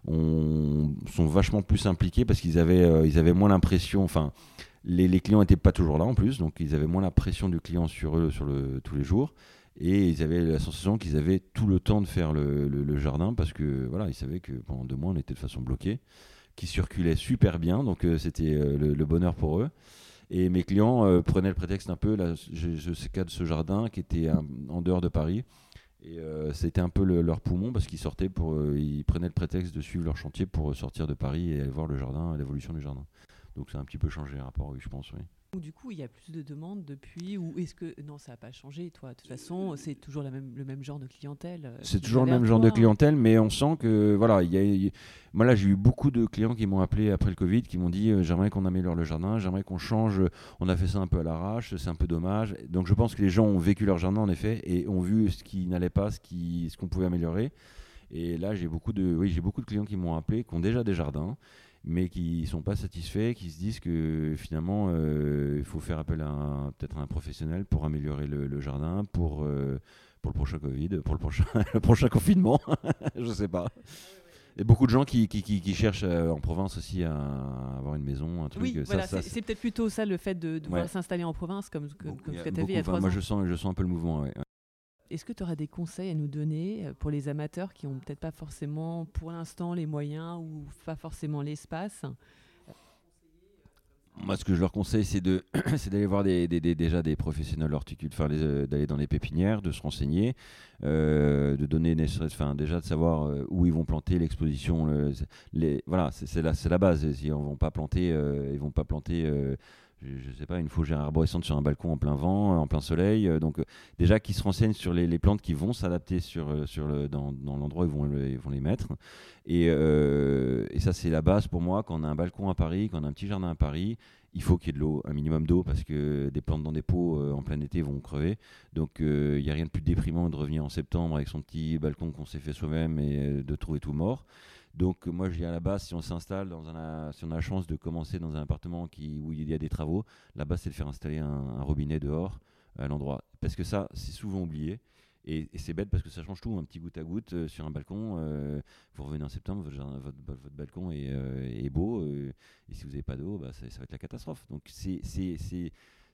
sont vachement plus impliqués parce ils avaient moins l'impression, enfin les clients n'étaient pas toujours là en plus, donc ils avaient moins la pression du client sur eux tous les jours. Et ils avaient la sensation qu'ils avaient tout le temps de faire le jardin parce que voilà, ils savaient que pendant 2 mois on était de façon bloquée, qui circulait super bien, donc c'était le bonheur pour eux. Et mes clients prenaient le prétexte un peu, là, ce cas de ce jardin qui était en dehors de Paris. Et c'était un peu leur poumon parce ils prenaient le prétexte de suivre leur chantier pour sortir de Paris et aller voir le jardin, l'évolution du jardin. Donc ça a un petit peu changé le rapport, oui, je pense, oui. Ou du coup, il y a plus de demandes depuis, ou est-ce que non, ça n'a pas changé, toi? De toute façon, c'est toujours le même genre de clientèle C'est qui toujours vient le vers même genre de toi. clientèle, mais on sent que voilà, moi là j'ai eu beaucoup de clients qui m'ont appelé après le Covid, qui m'ont dit j'aimerais qu'on améliore le jardin, j'aimerais qu'on change, on a fait ça un peu à l'arrache, c'est un peu dommage. Donc je pense que les gens ont vécu leur jardin en effet et ont vu ce qui n'allait pas, ce qu'on pouvait améliorer. Et là j'ai beaucoup de clients qui m'ont appelé, qui ont déjà des jardins, mais qui sont pas satisfaits, qui se disent que finalement il faut faire appel à peut-être un professionnel pour améliorer le jardin, pour le prochain Covid, pour le prochain confinement, je sais pas. Et beaucoup de gens qui cherchent en province aussi à avoir une maison, un truc. Oui, voilà, c'est peut-être plutôt ça le fait de vouloir Ouais. s'installer en province comme ce Beaucoup, que tu as fait il y a 3 moi ans. je sens un peu le mouvement. Ouais. Est-ce que tu auras des conseils à nous donner pour les amateurs qui n'ont peut-être pas forcément pour l'instant les moyens ou pas forcément l'espace? Moi, ce que je leur conseille, c'est d'aller voir déjà des professionnels horticulteurs, d'aller dans les pépinières, de se renseigner, de donner, déjà de savoir où ils vont planter l'exposition. Voilà, c'est la base. Ils vont pas planter, je sais pas, une fougère arborescente sur un balcon en plein vent, en plein soleil. Donc déjà qu'ils se renseignent sur les plantes qui vont s'adapter dans l'endroit où ils vont les mettre. Et ça, c'est la base pour moi. Quand on a un balcon à Paris, quand on a un petit jardin à Paris, il faut qu'il y ait de l'eau, un minimum d'eau, parce que des plantes dans des pots en plein été vont crever. Donc il n'y a rien de plus déprimant de revenir en septembre avec son petit balcon qu'on s'est fait soi-même et de trouver tout mort. Donc moi je dis à la base, si on s'installe si on a la chance de commencer dans un appartement où il y a des travaux, la base c'est de faire installer un robinet dehors à l'endroit. Parce que ça, c'est souvent oublié. Et c'est bête parce que ça change tout, un petit goutte à goutte sur un balcon. Vous revenez en septembre, votre balcon est beau. Et si vous n'avez pas d'eau, bah, ça va être la catastrophe. Donc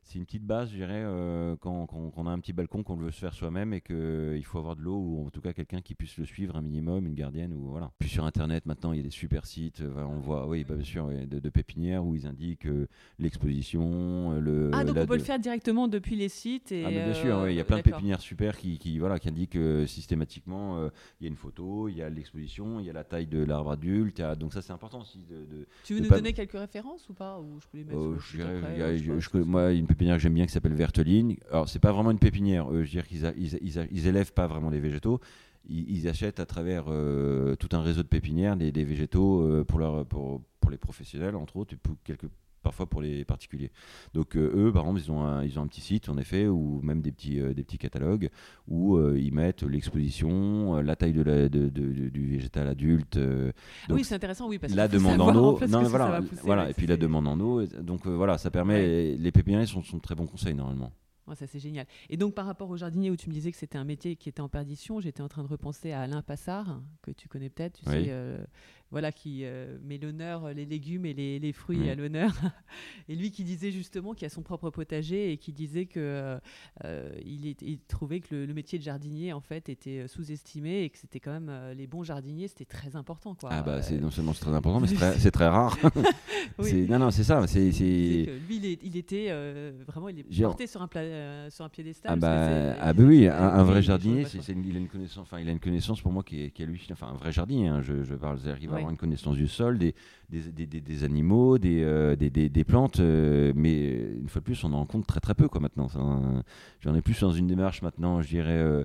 C'est une petite base, je dirais, quand on a un petit balcon qu'on veut se faire soi-même et qu'il faut avoir de l'eau ou en tout cas quelqu'un qui puisse le suivre un minimum, une gardienne ou voilà. Puis sur Internet, maintenant, il y a des super sites, on voit, oui, bien sûr, de pépinières où ils indiquent l'exposition, Donc on peut le faire directement depuis les sites. Et, mais bien sûr, il y a plein de pépinières super qui indiquent systématiquement, il y a une photo, il y a l'exposition, il y a la taille de l'arbre adulte, donc ça c'est important aussi. Tu veux nous donner quelques références ou pas, ou je peux les mettre moi, une pépinière que j'aime bien qui s'appelle Verteligne. Alors, c'est pas vraiment une pépinière. Je veux dire qu'ils élèvent pas vraiment des végétaux. Ils achètent à travers tout un réseau de pépinières des végétaux pour les professionnels, entre autres, et parfois pour les particuliers. Donc eux, par exemple, ils ont un petit site, en effet, ou même des petits catalogues où ils mettent l'exposition, la taille du végétal adulte. Oui, c'est intéressant, oui, parce que la demande en eau. Voilà, et puis la demande en eau. Donc voilà, ça permet. Ouais. Les pépinières sont de très bons conseils normalement. Ouais, ça c'est génial. Et donc par rapport au jardinier où tu me disais que c'était un métier qui était en perdition, j'étais en train de repenser à Alain Passard, que tu connais peut-être, tu sais, qui met l'honneur, les légumes et les fruits à l'honneur. Et lui qui disait justement qu'il a son propre potager et qui disait que il trouvait que le métier de jardinier en fait était sous-estimé et que c'était quand même les bons jardiniers, c'était très important, quoi. C'est non seulement c'est très important, mais c'est très rare. Oui. C'est ça. C'est lui, il était vraiment, il est porté sur un piédestal. Oui, un vrai jardinier, il a une connaissance pour moi qui est hallucinante. Enfin, un vrai jardinier, je parle, c'est-à-dire qu'il va avoir une connaissance du sol, des animaux, des plantes, mais une fois de plus, on en rencontre très très peu, quoi, maintenant. J'en ai plus dans une démarche maintenant, je dirais,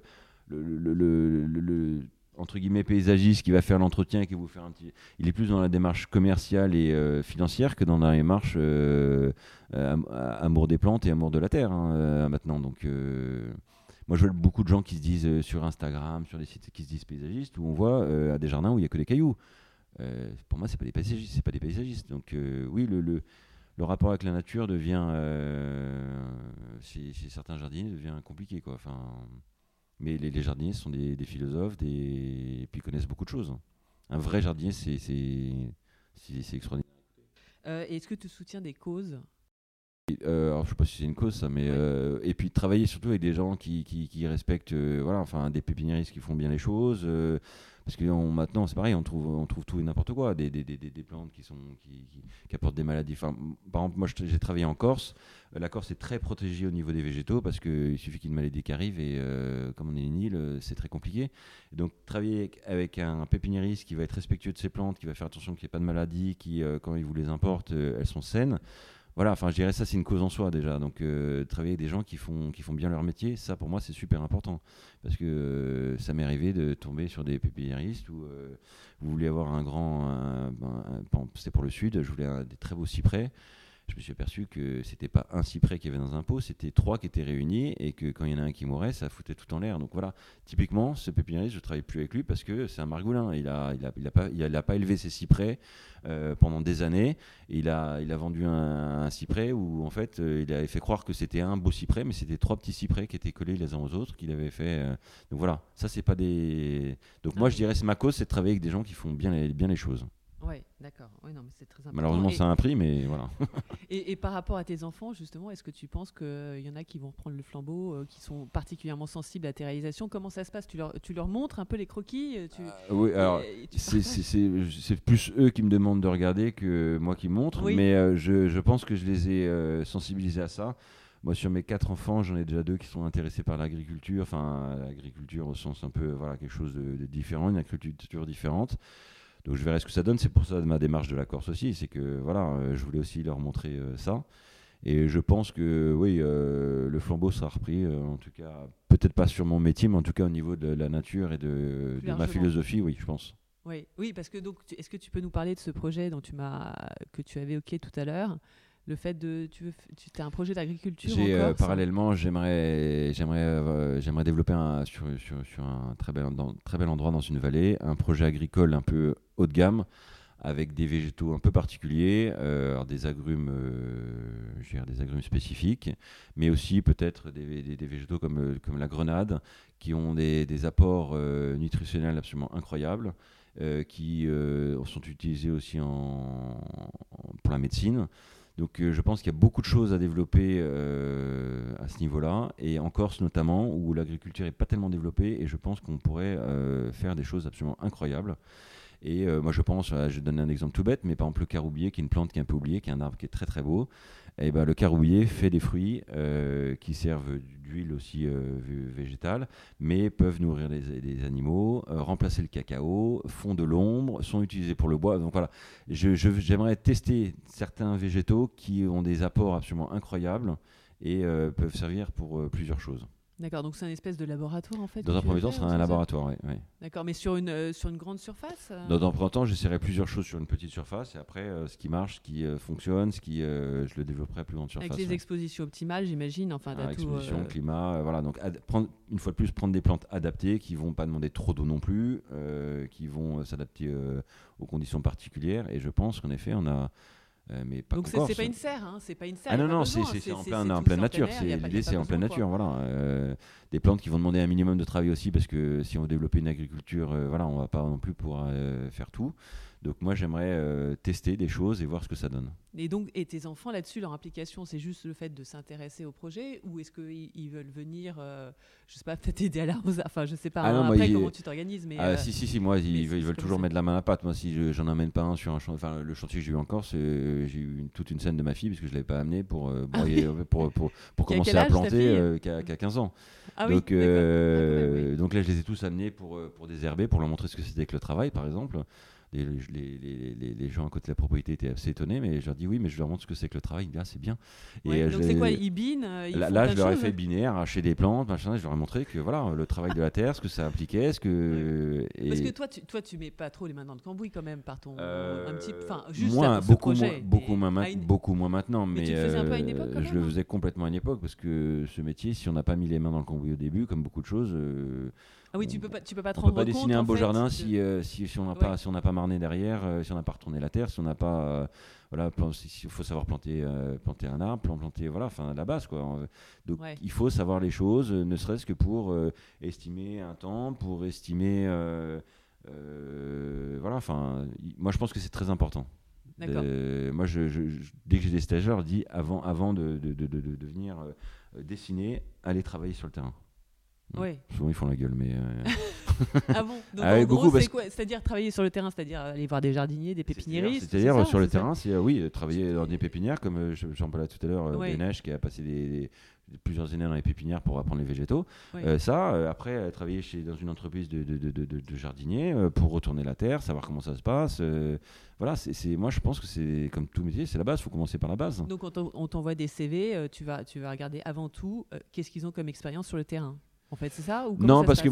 le entre guillemets paysagiste qui va faire l'entretien, qui va vous faire un petit. Il est plus dans la démarche commerciale et financière que dans la démarche amour des plantes et amour de la terre maintenant. Donc moi je vois beaucoup de gens qui se disent sur Instagram, sur des sites qui se disent paysagistes, où on voit à des jardins où il y a que des cailloux. Pour moi c'est pas des paysagistes. Donc oui, le rapport avec la nature devient chez certains jardiniers devient compliqué, quoi. Enfin. Mais les jardiniers sont des philosophes et puis ils connaissent beaucoup de choses. Un vrai jardinier, c'est extraordinaire. Est-ce que tu soutiens des causes ? Alors, je ne sais pas si c'est une cause, ça, mais et puis travailler surtout avec des gens qui respectent, des pépiniéristes qui font bien les choses. Parce que maintenant, c'est pareil, on trouve tout et n'importe quoi, des plantes qui apportent des maladies. Enfin, par exemple, moi, j'ai travaillé en Corse. La Corse est très protégée au niveau des végétaux parce qu'il suffit qu'il y ait une maladie qui arrive et comme on est une île, c'est très compliqué. Et donc, travailler avec un pépiniériste qui va être respectueux de ses plantes, qui va faire attention qu'il n'y ait pas de maladies, qui, quand il vous les importe, elles sont saines. Voilà, enfin, je dirais ça, c'est une cause en soi déjà. Donc, travailler avec des gens qui font bien leur métier, ça pour moi, c'est super important. Parce que ça m'est arrivé de tomber sur des pépiniéristes où vous voulez avoir c'était pour le sud, je voulais des très beaux cyprès. Je me suis aperçu que c'était pas un cyprès qu'il y avait dans un pot, c'était 3 qui étaient réunis et que quand il y en a un qui mourait, ça foutait tout en l'air. Donc voilà, typiquement, ce pépiniériste, je travaille plus avec lui parce que c'est un margoulin. Il a pas élevé ses cyprès pendant des années. Et il a vendu un cyprès où en fait, il avait fait croire que c'était un beau cyprès, mais c'était 3 petits cyprès qui étaient collés les uns aux autres qu'il avait fait. Donc voilà, ça c'est pas des. Donc moi, je dirais c'est ma cause, c'est de travailler avec des gens qui font bien les choses. Oui, d'accord. Oui, non, mais c'est très important. Malheureusement, ça a un prix, mais voilà. et par rapport à tes enfants, justement, est-ce que tu penses qu'il y en a qui vont reprendre le flambeau, qui sont particulièrement sensibles à tes réalisations ? Comment ça se passe ? Tu leur montres un peu les croquis Oui, alors, c'est plus eux qui me demandent de regarder que moi qui montre, oui. Mais je pense que je les ai sensibilisés à ça. Moi, sur mes 4 enfants, j'en ai déjà 2 qui sont intéressés par l'agriculture, enfin, l'agriculture au sens un peu, quelque chose de différent, une agriculture différente. Donc je verrai ce que ça donne, c'est pour ça ma démarche de la Corse aussi, c'est que je voulais aussi leur montrer ça. Et je pense que oui, le flambeau sera repris, en tout cas, peut-être pas sur mon métier, mais en tout cas au niveau de la nature et de ma philosophie, oui, je pense. Oui, parce que donc, est-ce que tu peux nous parler de ce projet que tu avais évoqué tout à l'heure ? Le fait tu as un projet d'agriculture en Corse ? Parallèlement, j'aimerais développer sur un très bel endroit dans une vallée, un projet agricole un peu haut de gamme, avec des végétaux un peu particuliers, des agrumes spécifiques, mais aussi peut-être des végétaux comme la grenade, qui ont des apports nutritionnels absolument incroyables, qui sont utilisés aussi pour la médecine. Donc je pense qu'il y a beaucoup de choses à développer à ce niveau-là, et en Corse notamment, où l'agriculture n'est pas tellement développée, et je pense qu'on pourrait faire des choses absolument incroyables. Et moi je pense, je vais donner un exemple tout bête, mais par exemple le caroubier, qui est une plante qui est un peu oubliée, qui est un arbre qui est très très beau. Et ben, le caroubier fait des fruits qui servent d'huile aussi végétale, mais peuvent nourrir les animaux, remplacer le cacao, font de l'ombre, sont utilisés pour le bois. Donc voilà, j'aimerais tester certains végétaux qui ont des apports absolument incroyables et peuvent servir pour plusieurs choses. D'accord, donc c'est un espèce de laboratoire en fait. Dans un premier temps, ce sera un laboratoire, oui. D'accord, mais sur une grande surface Dans un premier temps, j'essaierai plusieurs choses sur une petite surface, et après, ce qui marche, ce qui fonctionne, je le développerai à plus grande surface. Avec les expositions optimales, j'imagine. Enfin, exposition, climat, voilà. Donc, une fois de plus, prendre des plantes adaptées qui ne vont pas demander trop d'eau non plus, qui vont s'adapter aux conditions particulières. Et je pense qu'en effet, on a. Mais pas donc c'est pas une serre, hein, c'est pas une serre. Ah non, c'est en pleine nature. L'idée, c'est en pleine nature, voilà. Des plantes qui vont demander un minimum de travail aussi, parce que si on veut développer une agriculture, voilà, on va pas non plus pouvoir faire tout. Donc moi, j'aimerais tester des choses et voir ce que ça donne. Et tes enfants là-dessus, leur implication, c'est juste le fait de s'intéresser au projet, ou est-ce qu'ils veulent venir, je sais pas, peut-être aider à l'arrosage, enfin je sais pas. Après, comment tu t'organises, mais si, moi, ils veulent toujours mettre la main à la pâte. Moi, si j'en amène pas un sur un chantier, enfin le chantier que j'ai eu en Corse, j'ai eu toute une scène de ma fille parce que je l'avais pas amenée pour commencer à planter qu'à 15 ans. Ah donc, oui, donc là, je les ai tous amenés pour désherber, pour leur montrer ce que c'était que le travail, par exemple. Les gens à côté de la propriété étaient assez étonnés, mais je leur dis oui, mais je leur montre ce que c'est que le travail. C'est bien. Ouais, donc c'est quoi, ils binent Là, je leur ai fait biner, arracher des plantes, machin. Je leur ai montré que voilà, le travail de la terre, ce que ça impliquait, parce que toi, tu mets pas trop les mains dans le cambouis quand même par ton un petit, enfin juste beaucoup moins maintenant, mais tu le faisais un peu à une époque quand même, je le faisais complètement à une époque, parce que ce métier, si on n'a pas mis les mains dans le cambouis au début, comme beaucoup de choses. Ah oui, tu peux pas te rendre compte. On peut pas dessiner un beau jardin si on n'a pas marné derrière, si on n'a pas retourné la terre, si on n'a pas il faut savoir planter un arbre, planter la base quoi. Donc il faut savoir les choses, ne serait-ce que pour estimer un temps, pour estimer moi je pense que c'est très important. Moi dès que j'ai des stagiaires, je dis avant de venir dessiner, allez travailler sur le terrain. Oui. Souvent ils font la gueule, mais. Ah bon. Donc en gros, c'est quoi ? C'est-à-dire travailler sur le terrain, c'est-à-dire aller voir des jardiniers, des pépiniéristes. C'est-à-dire sur le terrain, travailler dans des pépinières, comme j'en parlais tout à l'heure, Bénèche qui a passé plusieurs années dans les pépinières pour apprendre les végétaux. Après, travailler dans une entreprise de jardiniers pour retourner la terre, savoir comment ça se passe. Moi je pense que c'est comme tout métier, c'est la base, il faut commencer par la base. Donc quand on t'envoie des CV, tu vas regarder avant tout qu'est-ce qu'ils ont comme expérience sur le terrain. En fait, c'est ça ou non, parce que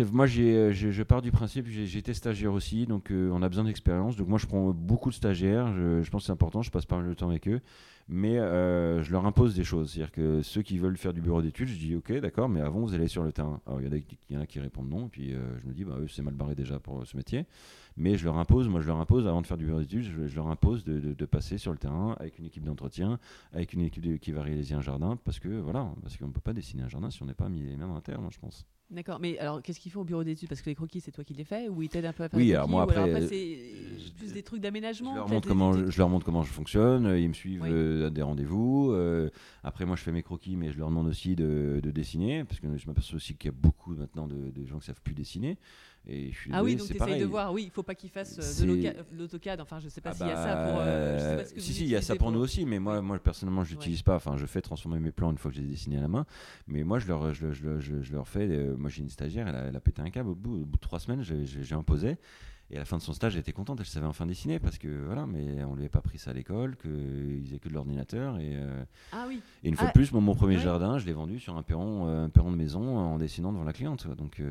je pars du principe, j'ai été stagiaire aussi, donc on a besoin d'expérience. Donc moi, je prends beaucoup de stagiaires. Je pense que c'est important. Je passe pas mal de temps avec eux, mais je leur impose des choses. C'est-à-dire que ceux qui veulent faire du bureau d'études, je dis ok, d'accord, mais avant vous allez sur le terrain. Alors il y en a qui répondent non, et puis je me dis eux c'est mal barré déjà pour ce métier. Mais je leur impose avant de faire du bureau d'études, je leur impose de passer sur le terrain avec une équipe d'entretien, avec une équipe qui va réaliser un jardin, parce qu'on ne peut pas dessiner un jardin si on n'est pas mis les mains dans la terre, moi je pense. D'accord, mais alors qu'est-ce qu'ils font au bureau d'études ? Parce que les croquis, c'est toi qui les fais, ou ils t'aident un peu à faire les croquis, alors moi après, c'est plus des trucs d'aménagement. Je leur montre comment je fonctionne, ils me suivent à des rendez-vous. Après moi je fais mes croquis, mais je leur demande aussi de dessiner, parce que je m'aperçois aussi qu'il y a beaucoup maintenant de gens qui ne savent plus dessiner. Et je suis désolé, donc tu essayes de voir, il ne faut pas qu'ils fassent de l'AutoCAD, enfin je ne sais pas s'il y a ça pour... je sais pas ce que il y a ça pour nous aussi, mais moi personnellement je l'utilise pas, enfin je fais transformer mes plans une fois que j'ai dessiné à la main, mais moi je leur fais, moi j'ai une stagiaire, elle a pété un câble, au bout de 3 semaines j'ai imposé, et à la fin de son stage elle était contente, elle savait enfin dessiner, parce que mais on lui avait pas appris ça à l'école, qu'ils faisaient que de l'ordinateur, et une fois de plus, mon premier jardin, je l'ai vendu sur un perron de maison en dessinant devant la cliente, donc...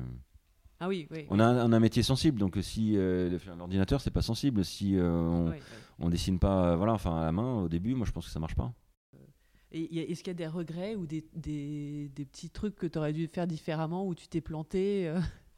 On a un métier sensible, donc si l'ordinateur c'est pas sensible, si on dessine pas à la main au début, moi je pense que ça marche pas. Et est-ce qu'il y a des regrets ou des petits trucs que tu aurais dû faire différemment, où tu t'es planté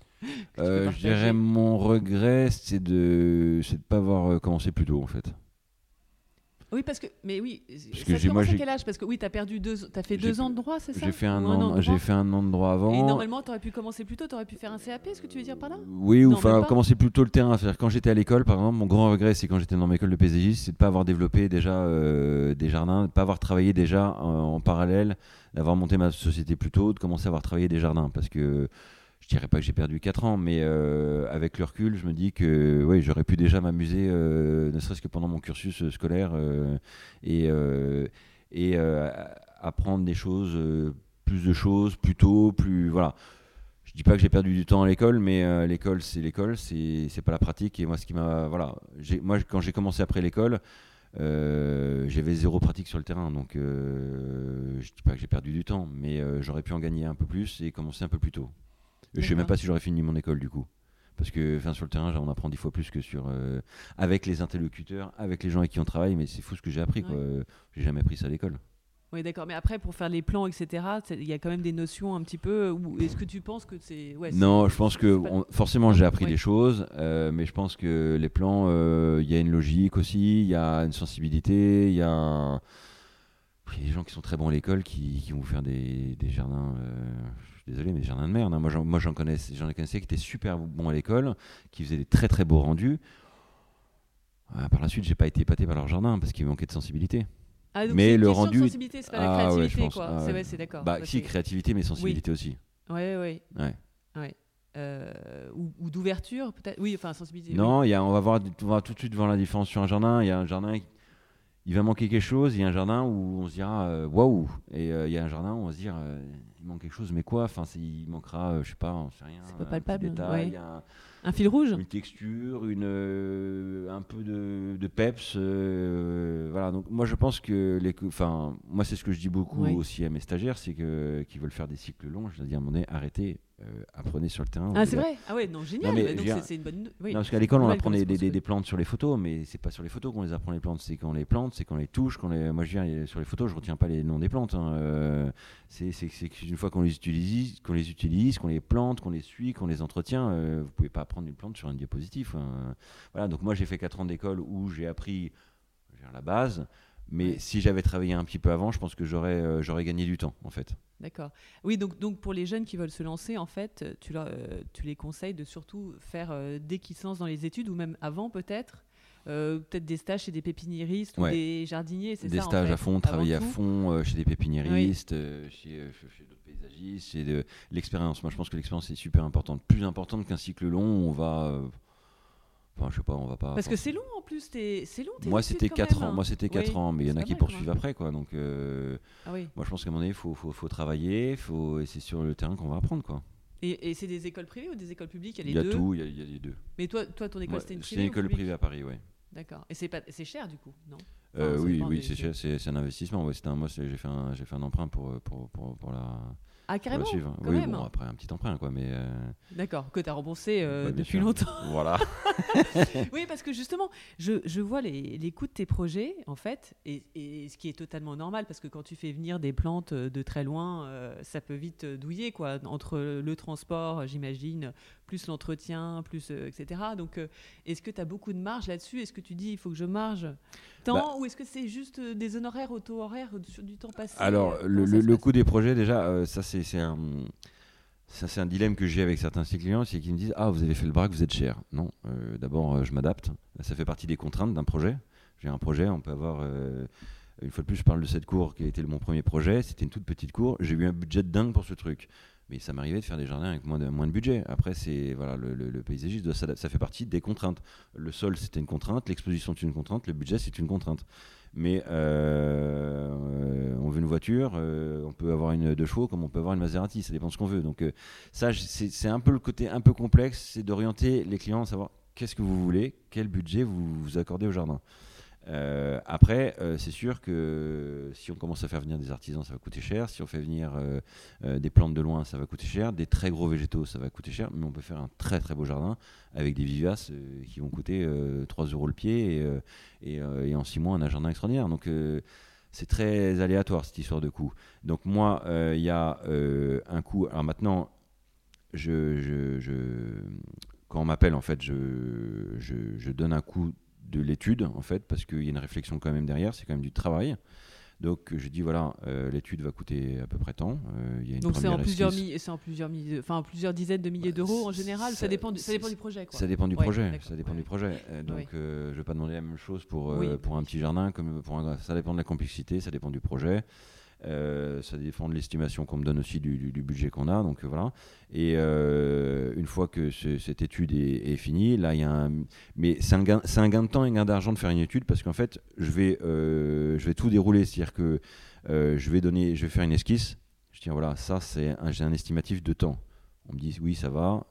je dirais mon regret c'est de pas avoir commencé plus tôt en fait. Oui, parce que, mais oui, Parce ça que commence à quel âge? Parce que oui, t'as fait 2 ans de droit, c'est ça? J'ai fait un Ou an, j'ai fait un an de droit avant. Et normalement, t'aurais pu commencer plus tôt, t'aurais pu faire un CAP, est-ce que tu veux dire par là? Oui, ou Non, même enfin pas. commencer plus tôt le terrain. C'est-à-dire quand j'étais à l'école, par exemple, mon grand regret, c'est quand j'étais dans ma école de paysagiste, c'est de pas avoir développé déjà des jardins, de pas avoir travaillé déjà en parallèle, d'avoir monté ma société plus tôt, de commencer à avoir travaillé des jardins, parce que je dirais pas que j'ai perdu 4 ans, mais avec le recul, je me dis que oui, j'aurais pu déjà m'amuser, ne serait-ce que pendant mon cursus scolaire, et, euh, et apprendre des choses, plus de choses, plus tôt, plus voilà. Je dis pas que j'ai perdu du temps à l'école, mais l'école, c'est pas la pratique. Et moi, ce qui m'a, voilà, moi quand j'ai commencé après l'école, j'avais zéro pratique sur le terrain, donc je dis pas que j'ai perdu du temps, mais j'aurais pu en gagner un peu plus et commencer un peu plus tôt. Je sais même pas si j'aurais fini mon école du coup. Parce que sur le terrain, on apprend 10 fois plus que avec les interlocuteurs, avec les gens avec qui on travaille, mais c'est fou ce que j'ai appris. Ouais. J'ai jamais appris ça à l'école. Oui, d'accord. Mais après, pour faire les plans, etc., il y a quand même des notions un petit peu. Est-ce que tu penses que c'est. Ouais, Non, je pense que forcément j'ai appris Ouais. des choses, mais je pense que les plans, il y a une logique aussi, il y a une sensibilité, il y a des gens qui sont très bons à l'école qui vont vous faire des jardins. Je suis désolé, mais des jardins de merde. Hein. J'en connaissais qui étaient super bons à l'école, qui faisaient des très très beaux rendus. Par la suite, j'ai pas été épaté par leur jardin parce qu'il manquait de sensibilité. Ah, donc c'est Mais une le question rendu. de sensibilité, c'est pas la Ouais, créativité, je pense. quoi. C'est vrai, c'est d'accord. Bah, si, créativité, mais sensibilité aussi. Ouais, ouais. Ouais. Ouais. Ou d'ouverture, peut-être. Oui, enfin, sensibilité. Non, Oui. on va tout de suite voir la différence sur un jardin. Il y a un jardin, il va manquer quelque chose. Il y a un jardin où on se dira waouh. Et il y a un jardin où on va se dire il manque quelque chose, mais quoi? Enfin, il manquera, je sais pas, on sait rien. C'est pas Un petit palpable. détail, Ouais. Un fil rouge? une texture, un peu de peps. Voilà. Donc moi, je pense que moi, c'est ce que je dis beaucoup aussi à mes stagiaires, c'est que qui veulent faire des cycles longs. Je leur dis à un moment donné, arrêtez. Apprenez sur le terrain. Ah, c'est vrai? Ah ouais, non, génial. Non, mais Donc c'est une bonne. Oui, non, parce qu'à l'école, on apprend des des plantes sur les photos, mais c'est pas sur les photos qu'on les apprend les plantes, c'est quand on les plante, c'est quand on les touche. Moi, je viens sur les photos, je retiens pas les noms des plantes. Hein. C'est qu'une fois qu'on les utilise, qu'on les plante, qu'on les suit, qu'on les entretient, vous pouvez pas apprendre une plante sur une diapositive. Hein. Voilà, donc moi, j'ai fait 4 ans d'école où j'ai appris la base. Mais si j'avais travaillé un petit peu avant, je pense que j'aurais gagné du temps, en fait. D'accord. Oui, donc pour les jeunes qui veulent se lancer, en fait, tu les conseilles de surtout faire dès qu'ils se lancent dans les études, ou même avant peut-être, peut-être des stages chez des pépiniéristes ou des jardiniers, c'est ça? Des stages à fond, travailler à fond chez des pépiniéristes, chez d'autres paysagistes, chez de l'expérience. Moi, je pense que l'expérience est super importante, plus importante qu'un cycle long où on va... Enfin, je sais pas, on va pas. Parce que c'est long en plus, c'est long. Moi, c'était 4 ans. Moi, c'était 4 ans, mais il y en a qui poursuivent après, quoi. Donc, moi, je pense qu'à un moment donné, il faut travailler, et c'est sur le terrain qu'on va apprendre, quoi. Et c'est des écoles privées ou des écoles publiques? Il y a tout, il y a les deux. Mais toi, ton école, c'était une privée? C'est une école privée à Paris, oui. D'accord. Et c'est cher du coup, non? Oui, c'est cher, c'est un investissement. Ouais, moi, j'ai fait un emprunt pour la. Ah, carrément, pour la suivre. quand même. Bon, après un petit emprunt, quoi, mais. D'accord, que tu as remboursé depuis sûr. longtemps. Voilà. Oui, parce que justement, je vois les coûts de tes projets, en fait, et ce qui est totalement normal, parce que quand tu fais venir des plantes de très loin, ça peut vite douiller, quoi, entre le transport, j'imagine, plus l'entretien, plus etc. Donc, est-ce que tu as beaucoup de marge là-dessus? Est-ce que tu dis, il faut que je marge tant, ou est-ce que c'est juste des honoraires, auto-horaires sur du temps passé? Alors, le coût des projets, déjà, ça c'est un dilemme que j'ai avec certains de ces clients, c'est qu'ils me disent « Ah, vous avez fait le braque, vous êtes cher. » Non, d'abord, je m'adapte. Ça fait partie des contraintes d'un projet. J'ai un projet, on peut avoir... une fois de plus, je parle de cette cour qui a été mon premier projet. C'était une toute petite cour. J'ai eu un budget de dingue pour ce truc. Mais ça m'arrivait de faire des jardins avec moins de budget. Après, c'est le paysagiste, ça fait partie des contraintes. Le sol, c'était une contrainte. L'exposition, c'est une contrainte. Le budget, c'est une contrainte. Mais on veut une voiture, on peut avoir une 2 chevaux comme on peut avoir une Maserati, ça dépend de ce qu'on veut. Donc ça, c'est un peu le côté un peu complexe, c'est d'orienter les clients à savoir qu'est-ce que vous voulez, quel budget vous accordez au jardin. Après, c'est sûr que si on commence à faire venir des artisans, ça va coûter cher. Si on fait venir des plantes de loin, ça va coûter cher. Des très gros végétaux, ça va coûter cher. Mais on peut faire un très très beau jardin avec des vivaces qui vont coûter 3 € le pied et en 6 mois, on a un jardin extraordinaire. Donc c'est très aléatoire cette histoire de coût. Donc moi, il y a un coût. Alors maintenant, quand on m'appelle, en fait, je donne un coût de l'étude, en fait, parce qu'il y a une réflexion quand même derrière, c'est quand même du travail. Donc j'ai dit voilà, l'étude va coûter à peu près tant. Il y a une Donc c'est première en plusieurs, esquisse. c'est en plusieurs, plusieurs dizaines de milliers d'euros en général. Ça dépend du projet, quoi. Ça dépend du Ouais, projet. d'accord, Ça dépend du projet. Donc Oui. je vais pas demander la même chose pour Oui, bah un oui. petit jardin comme pour un. Ça dépend de la complexité, ça dépend du projet. Ça dépend de l'estimation qu'on me donne aussi du budget qu'on a. Donc voilà. Et une fois que cette étude est finie, là il y a un. Mais c'est un gain de temps et un gain d'argent de faire une étude parce qu'en fait je vais tout dérouler. C'est-à-dire que je vais faire une esquisse. Je dis voilà, ça j'ai un estimatif de temps. On me dit oui, ça va.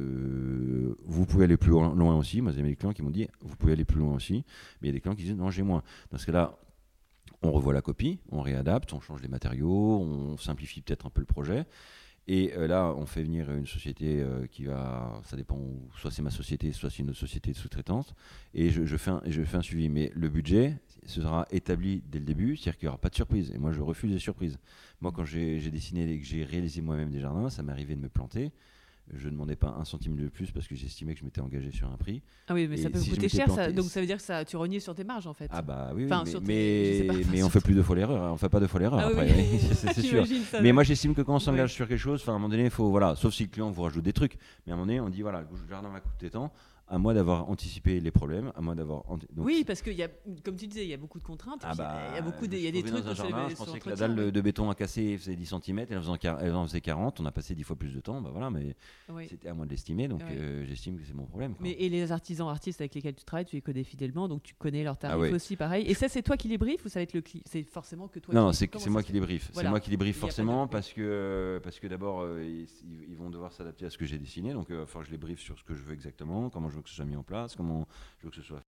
Vous pouvez aller plus loin aussi. Moi, j'ai des clients qui m'ont dit vous pouvez aller plus loin aussi. Mais il y a des clients qui disent non, j'ai moins. Dans ce cas-là, on revoit la copie, on réadapte, on change les matériaux, on simplifie peut-être un peu le projet. Et là, on fait venir une société qui va, ça dépend, soit c'est ma société, soit c'est une autre société de sous-traitance. Et je fais un suivi. Mais le budget sera établi dès le début, c'est-à-dire qu'il n'y aura pas de surprise. Et moi, je refuse les surprises. Moi, quand j'ai dessiné et que j'ai réalisé moi-même des jardins, ça m'est arrivé de me planter. Je ne demandais pas un centime de plus parce que j'estimais que je m'étais engagé sur un prix. Ah oui, mais ça Et peut si je coûter m'étais cher, planté, donc ça veut dire que tu renies sur tes marges en fait. ah bah oui, Enfin, sur tes- je sais pas, enfin, mais on sur fait tes- plus deux fois l'erreur, hein. On fait pas deux fois l'erreur Ah oui, après, oui. oui, c'est sûr. J'imagine ça. Mais Ouais. moi j'estime que quand on s'engage Ouais. sur quelque chose, à un moment donné, il faut, voilà, sauf si le client vous rajoute des trucs, mais à un moment donné, on dit voilà, le jardin va coûter tant, à moi d'avoir anticipé les problèmes, à moi d'avoir. Donc, Oui, parce qu'il y a, comme tu disais, il y a beaucoup de contraintes. ah bah, Il y a beaucoup je il y a me des suis trouvé trucs dans un sur jardin, les- je sur pensais que la l'entretien, dalle oui. de béton à casser faisait 10 cm, elle en faisait 40, on a passé 10 fois plus de temps, bah voilà, mais Oui. c'était à moi de l'estimer, donc Oui. j'estime que c'est mon problème, quoi. Et les artistes avec lesquels tu travailles, tu les connais fidèlement, donc tu connais leurs tarifs Ah ouais. aussi, pareil. Et ça, c'est toi qui les briefes ou ça va être le client? C'est forcément que toi Non, qui... c'est Comment moi ça qui se les fait? briefe. Voilà. C'est moi qui les briefe Il y a pas de- forcément parce que d'abord ils vont devoir s'adapter à ce que j'ai dessiné. Donc je les briefe sur ce que je veux exactement, comment je veux que ce soit mis en place, comment je veux que ce soit.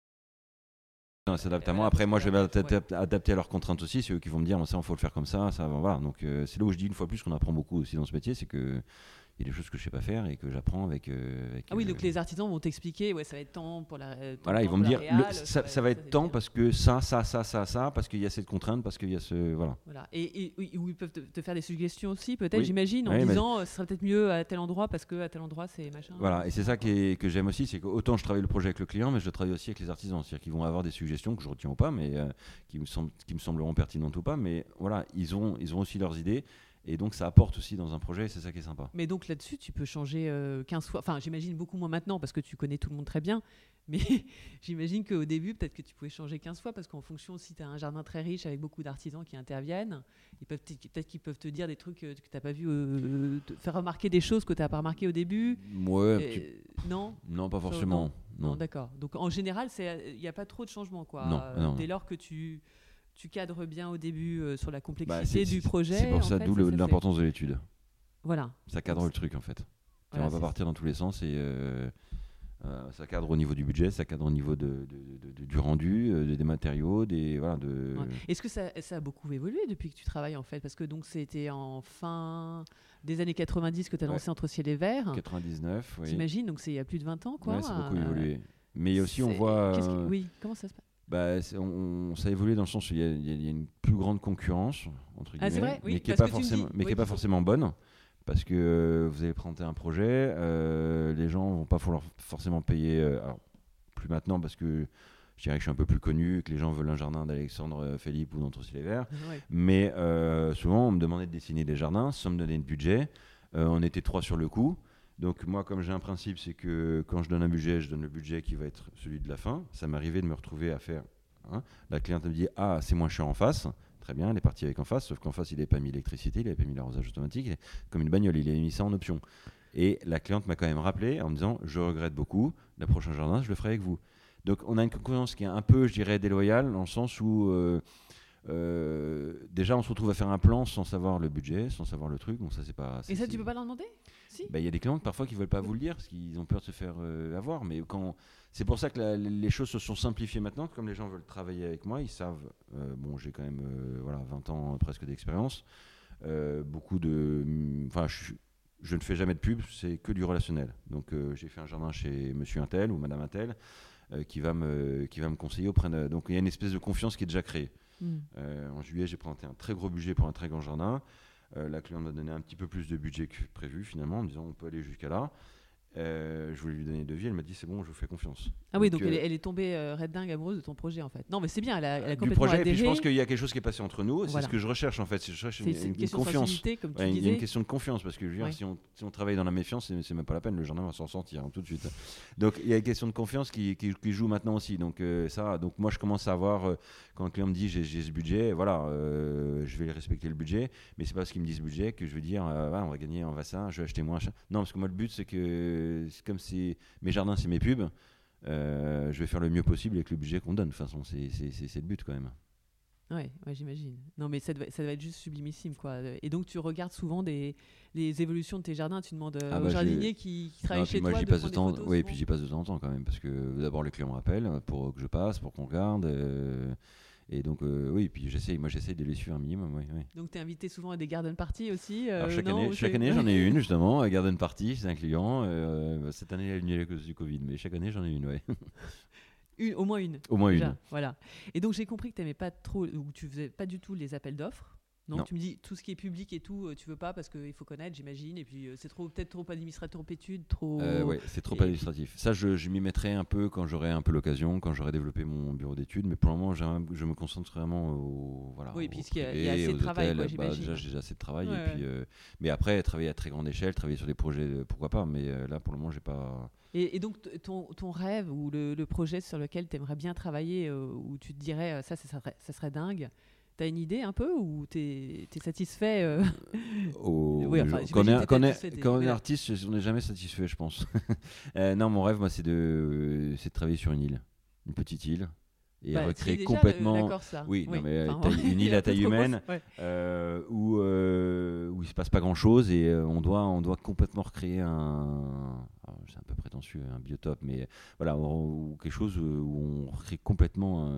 Ça s'adapte à moi. Voilà, Après, parce moi, que je vais ouais. adapter à leurs contraintes aussi. C'est eux qui vont me dire, ça, il faut le faire comme ça. Voilà. Donc, c'est là où je dis une fois plus qu'on apprend beaucoup aussi dans ce métier, c'est que il y a des choses que je sais pas faire et que j'apprends avec. Ah oui, donc les artisans vont t'expliquer, ouais, ça va être temps pour la. Voilà, ils temps vont me pour la dire, réal, ça va être c'est temps bien. parce que ça, parce qu'il y a cette contrainte, parce qu'il y a ce. Voilà. Voilà. Et où ils peuvent te faire des suggestions aussi, peut-être, Oui. j'imagine, en Oui, mais- disant ce serait peut-être mieux à tel endroit parce que à tel endroit c'est machin. Voilà, et c'est ça que j'aime aussi, c'est qu'autant je travaille le projet avec le client, mais je travaille aussi avec les artisans. C'est-à-dire qu'ils vont avoir des suggestions que je retiens ou pas, mais qui me sembleront pertinentes ou pas. Mais voilà, ils ont aussi leurs idées, et donc ça apporte aussi dans un projet, et c'est ça qui est sympa. Mais donc là-dessus, tu peux changer 15 fois. Enfin, j'imagine beaucoup moins maintenant parce que tu connais tout le monde très bien. Mais j'imagine qu'au début, peut-être que tu pouvais changer 15 fois parce qu'en fonction, si tu as un jardin très riche avec beaucoup d'artisans qui interviennent, peut-être qu'ils peuvent te dire des trucs que tu n'as pas vu, te faire remarquer des choses que tu n'as pas remarqué au début. Ouais, Non. non, pas forcément. Non, Non, d'accord. Donc en général, il n'y a pas trop de changements, quoi. non. Dès lors que tu cadres bien au début sur la Bah, complexité du projet. c'est pour en ça, fait, d'où ça se fait. l'importance de l'étude. Voilà. Ça cadre le truc en fait. On Voilà, va pas partir dans tous les sens et ça cadre au niveau du budget, ça cadre au niveau du rendu, des matériaux, voilà, Ouais. Est-ce que ça a beaucoup évolué depuis que tu travailles en fait? Parce que donc c'était en fin des années 90 que tu as lancé Entre ciel et verre. 99, oui. T'imagines, donc c'est il y a plus de 20 ans, quoi. Ouais, ça a beaucoup évolué. Mais aussi, on voit. Oui, comment ça se passe? Bah, ça a évolué dans le sens où il y a une plus grande concurrence, entre guillemets, C'est vrai, oui, mais qui n'est parce pas que tu me forcément, dis- mais qui oui, est pas qu'il faut- forcément bonne. Parce que vous allez présenter un projet, les gens vont pas forcément payer. Alors, plus maintenant, parce que je dirais que je suis un peu plus connu, que les gens veulent un jardin d'Alexandre Philippe ou d'Entre-Ciel-et-Vert. Ouais. Mais souvent, on me demandait de dessiner des jardins sans me donner de budget. On était 3 sur le coup. Donc moi, comme j'ai un principe, c'est que quand je donne un budget, je donne le budget qui va être celui de la fin. Ça m'arrivait de me retrouver à faire. La cliente me dit, ah, c'est moins cher en face. Très bien, elle est partie avec en face, sauf qu'en face, il n'avait pas mis l'électricité, il n'avait pas mis l'arrosage automatique. Comme une bagnole, il avait mis ça en option. Et la cliente m'a quand même rappelé en me disant, je regrette beaucoup, le prochain jardin, je le ferai avec vous. Donc on a une concurrence qui est un peu, je dirais, déloyale, dans le sens où déjà on se retrouve à faire un plan sans savoir le budget, sans savoir le truc. Donc ça, c'est pas. Et ça, tu peux pas leur demander? Si. Il y a des clients parfois qui veulent pas vous le dire parce qu'ils ont peur de se faire avoir. Mais c'est pour ça que les choses se sont simplifiées maintenant. Comme les gens veulent travailler avec moi, ils savent. Bon, j'ai quand même 20 ans presque d'expérience. Beaucoup de. Enfin, je ne fais jamais de pub, c'est que du relationnel. Donc j'ai fait un jardin chez Monsieur Untel ou Madame Untel qui va me conseiller auprès de. Donc il y a une espèce de confiance qui est déjà créée. En juillet, j'ai présenté un très gros budget pour un très grand jardin. La cliente m'a donné un petit peu plus de budget que prévu finalement, en me disant on peut aller jusqu'à là. Je voulais lui donner de vie, elle m'a dit c'est bon, je vous fais confiance. Ah oui, donc elle est tombée red dingue amoureuse de ton projet en fait. Non mais c'est bien, elle a du complètement projet, adhéré. et puis je pense qu'il y a quelque chose qui est passé entre nous, Voilà. c'est ce que je recherche en fait, je cherche C'est une question confiance. de sensibilité, comme tu Il y a disais. une question de confiance, parce que je veux dire, si on travaille dans la méfiance, c'est même pas la peine, le jardin va s'en sortir tout de suite. Donc il y a une question de confiance qui joue maintenant aussi. Donc donc moi je commence à avoir, quand le client me dit j'ai ce budget, voilà, je vais respecter le budget, mais c'est pas parce qu'il me dit ce budget que je vais dire on va gagner, on va ça, je vais acheter moins. Non, parce que moi le but c'est que comme c'est mes jardins, c'est mes pubs, je vais faire le mieux possible avec le budget qu'on me donne. De toute façon, c'est le but quand même. Ouais, j'imagine. Non, mais ça doit être juste sublimissime, quoi. Et donc, tu regardes souvent les évolutions de tes jardins. Tu demandes aux jardiniers qui travaillent chez toi de prendre des photos. Oui, puis j'y passe de temps en temps quand même, parce que d'abord les clients m'appellent pour que je passe, pour qu'on regarde. Et donc, oui, puis j'essaye de les suivre un minimum. Oui. Donc, tu es invité souvent à des garden parties aussi Alors, chaque année, j'en ai une, justement, à garden party, c'est un client. Cette année, elle est annulée à cause du Covid, mais chaque année, j'en ai une, ouais. Au moins une. Au moins déjà, une. Voilà. Et donc, j'ai compris que tu n'aimais pas trop, ou tu faisais pas du tout les appels d'offres. Non, tu me dis tout ce qui est public et tout, tu veux pas parce qu'il faut connaître, j'imagine. Et puis c'est peut-être trop administratif, trop études, trop. Ouais, c'est trop administratif. Ça, je m'y mettrai un peu quand j'aurai un peu l'occasion, quand j'aurai développé mon bureau d'études. Mais pour le moment, je me concentre vraiment oui, puisqu'il privés, y a assez de travail, hôtels. j'imagine. Déjà, j'ai assez de travail. Ouais, et puis, mais après, travailler à très grande échelle, travailler sur des projets, pourquoi pas. Mais là, pour le moment, j'ai pas. Et donc, ton rêve ou le projet sur lequel tu aimerais bien travailler, où tu te dirais ça serait dingue. T'as une idée un peu ou t'es satisfait Oui, quand on est artiste, on n'est jamais satisfait, je pense. Non, mon rêve, moi, c'est de travailler sur une île, une petite île, et recréer complètement. Oui, non, mais une île à taille humaine, où il se passe pas grand-chose, et on doit complètement recréer c'est un peu prétentieux, un biotope, mais voilà, ou quelque chose où on recrée complètement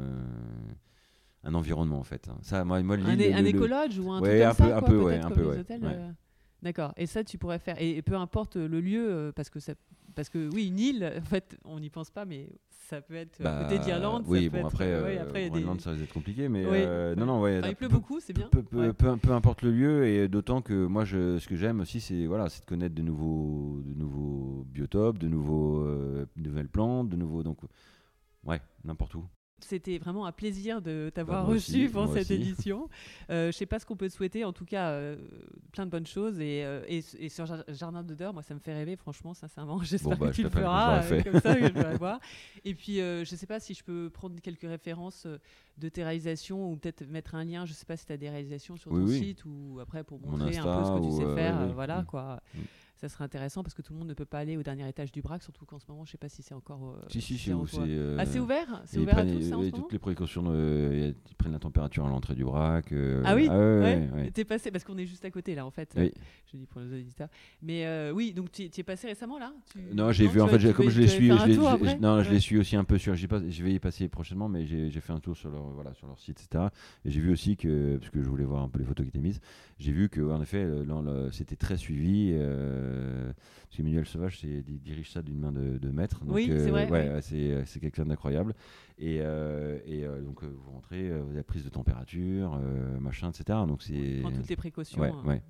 un environnement en fait. Ça, moi, un écologe ou un truc comme ça, un quoi, peu, peut-être un comme peu, les ouais. hôtels. D'accord. Et ça, tu pourrais faire. Et peu importe le lieu, parce que oui, une île, en fait, on n'y pense pas, mais ça peut être côté d'Irlande. Oui, bon, après Irlande, ça va être compliqué, mais non, il pleut beaucoup, c'est bien. Peu importe le lieu, et d'autant que moi, ce que j'aime aussi, c'est de connaître de nouveaux biotopes, de nouvelles plantes, donc n'importe où. C'était vraiment un plaisir de t'avoir reçu pour cette édition. Je ne sais pas ce qu'on peut te souhaiter, en tout cas, plein de bonnes choses. Et sur Jardin d'odeur, moi, ça me fait rêver, franchement, sincèrement. J'espère que tu le feras, comme ça, que je vais voir. Et puis, je ne sais pas si je peux prendre quelques références de tes réalisations ou peut-être mettre un lien. Je ne sais pas si tu as des réalisations sur ton site ou après pour montrer un peu ce que tu sais faire. Voilà, quoi. Ça serait intéressant parce que tout le monde ne peut pas aller au dernier étage du Brac, surtout qu'en ce moment, je ne sais pas si c'est encore. Si, c'est ouvert. C'est ouvert à tous, ça, en ce moment. Toutes les précautions, ils prennent la température à l'entrée du Brac. Ah oui, ouais. T'es passé parce qu'on est juste à côté là, en fait. Oui. Je dis pour nos auditeurs. Mais oui, donc tu es passé récemment là. Non, j'ai vu. En fait, comme je les suis, je les suis aussi un peu sur. Je vais y passer prochainement, mais j'ai fait un tour sur leur site, etc. Et j'ai vu aussi parce que je voulais voir un peu les photos qui étaient mises. J'ai vu que en effet, c'était très suivi. Parce qu'Emmanuel Sauvage dirige ça d'une main de maître. Donc, oui, c'est vrai. Ouais, c'est quelqu'un d'incroyable. Et donc vous rentrez, vous avez la prise de température, machin, etc. Donc c'est. Prends toutes les précautions. Ouais.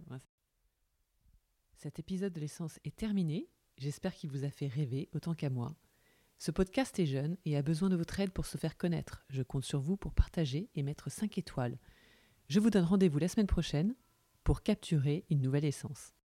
Cet épisode de l'essence est terminé. J'espère qu'il vous a fait rêver autant qu'à moi. Ce podcast est jeune et a besoin de votre aide pour se faire connaître. Je compte sur vous pour partager et mettre 5 étoiles. Je vous donne rendez-vous la semaine prochaine pour capturer une nouvelle essence.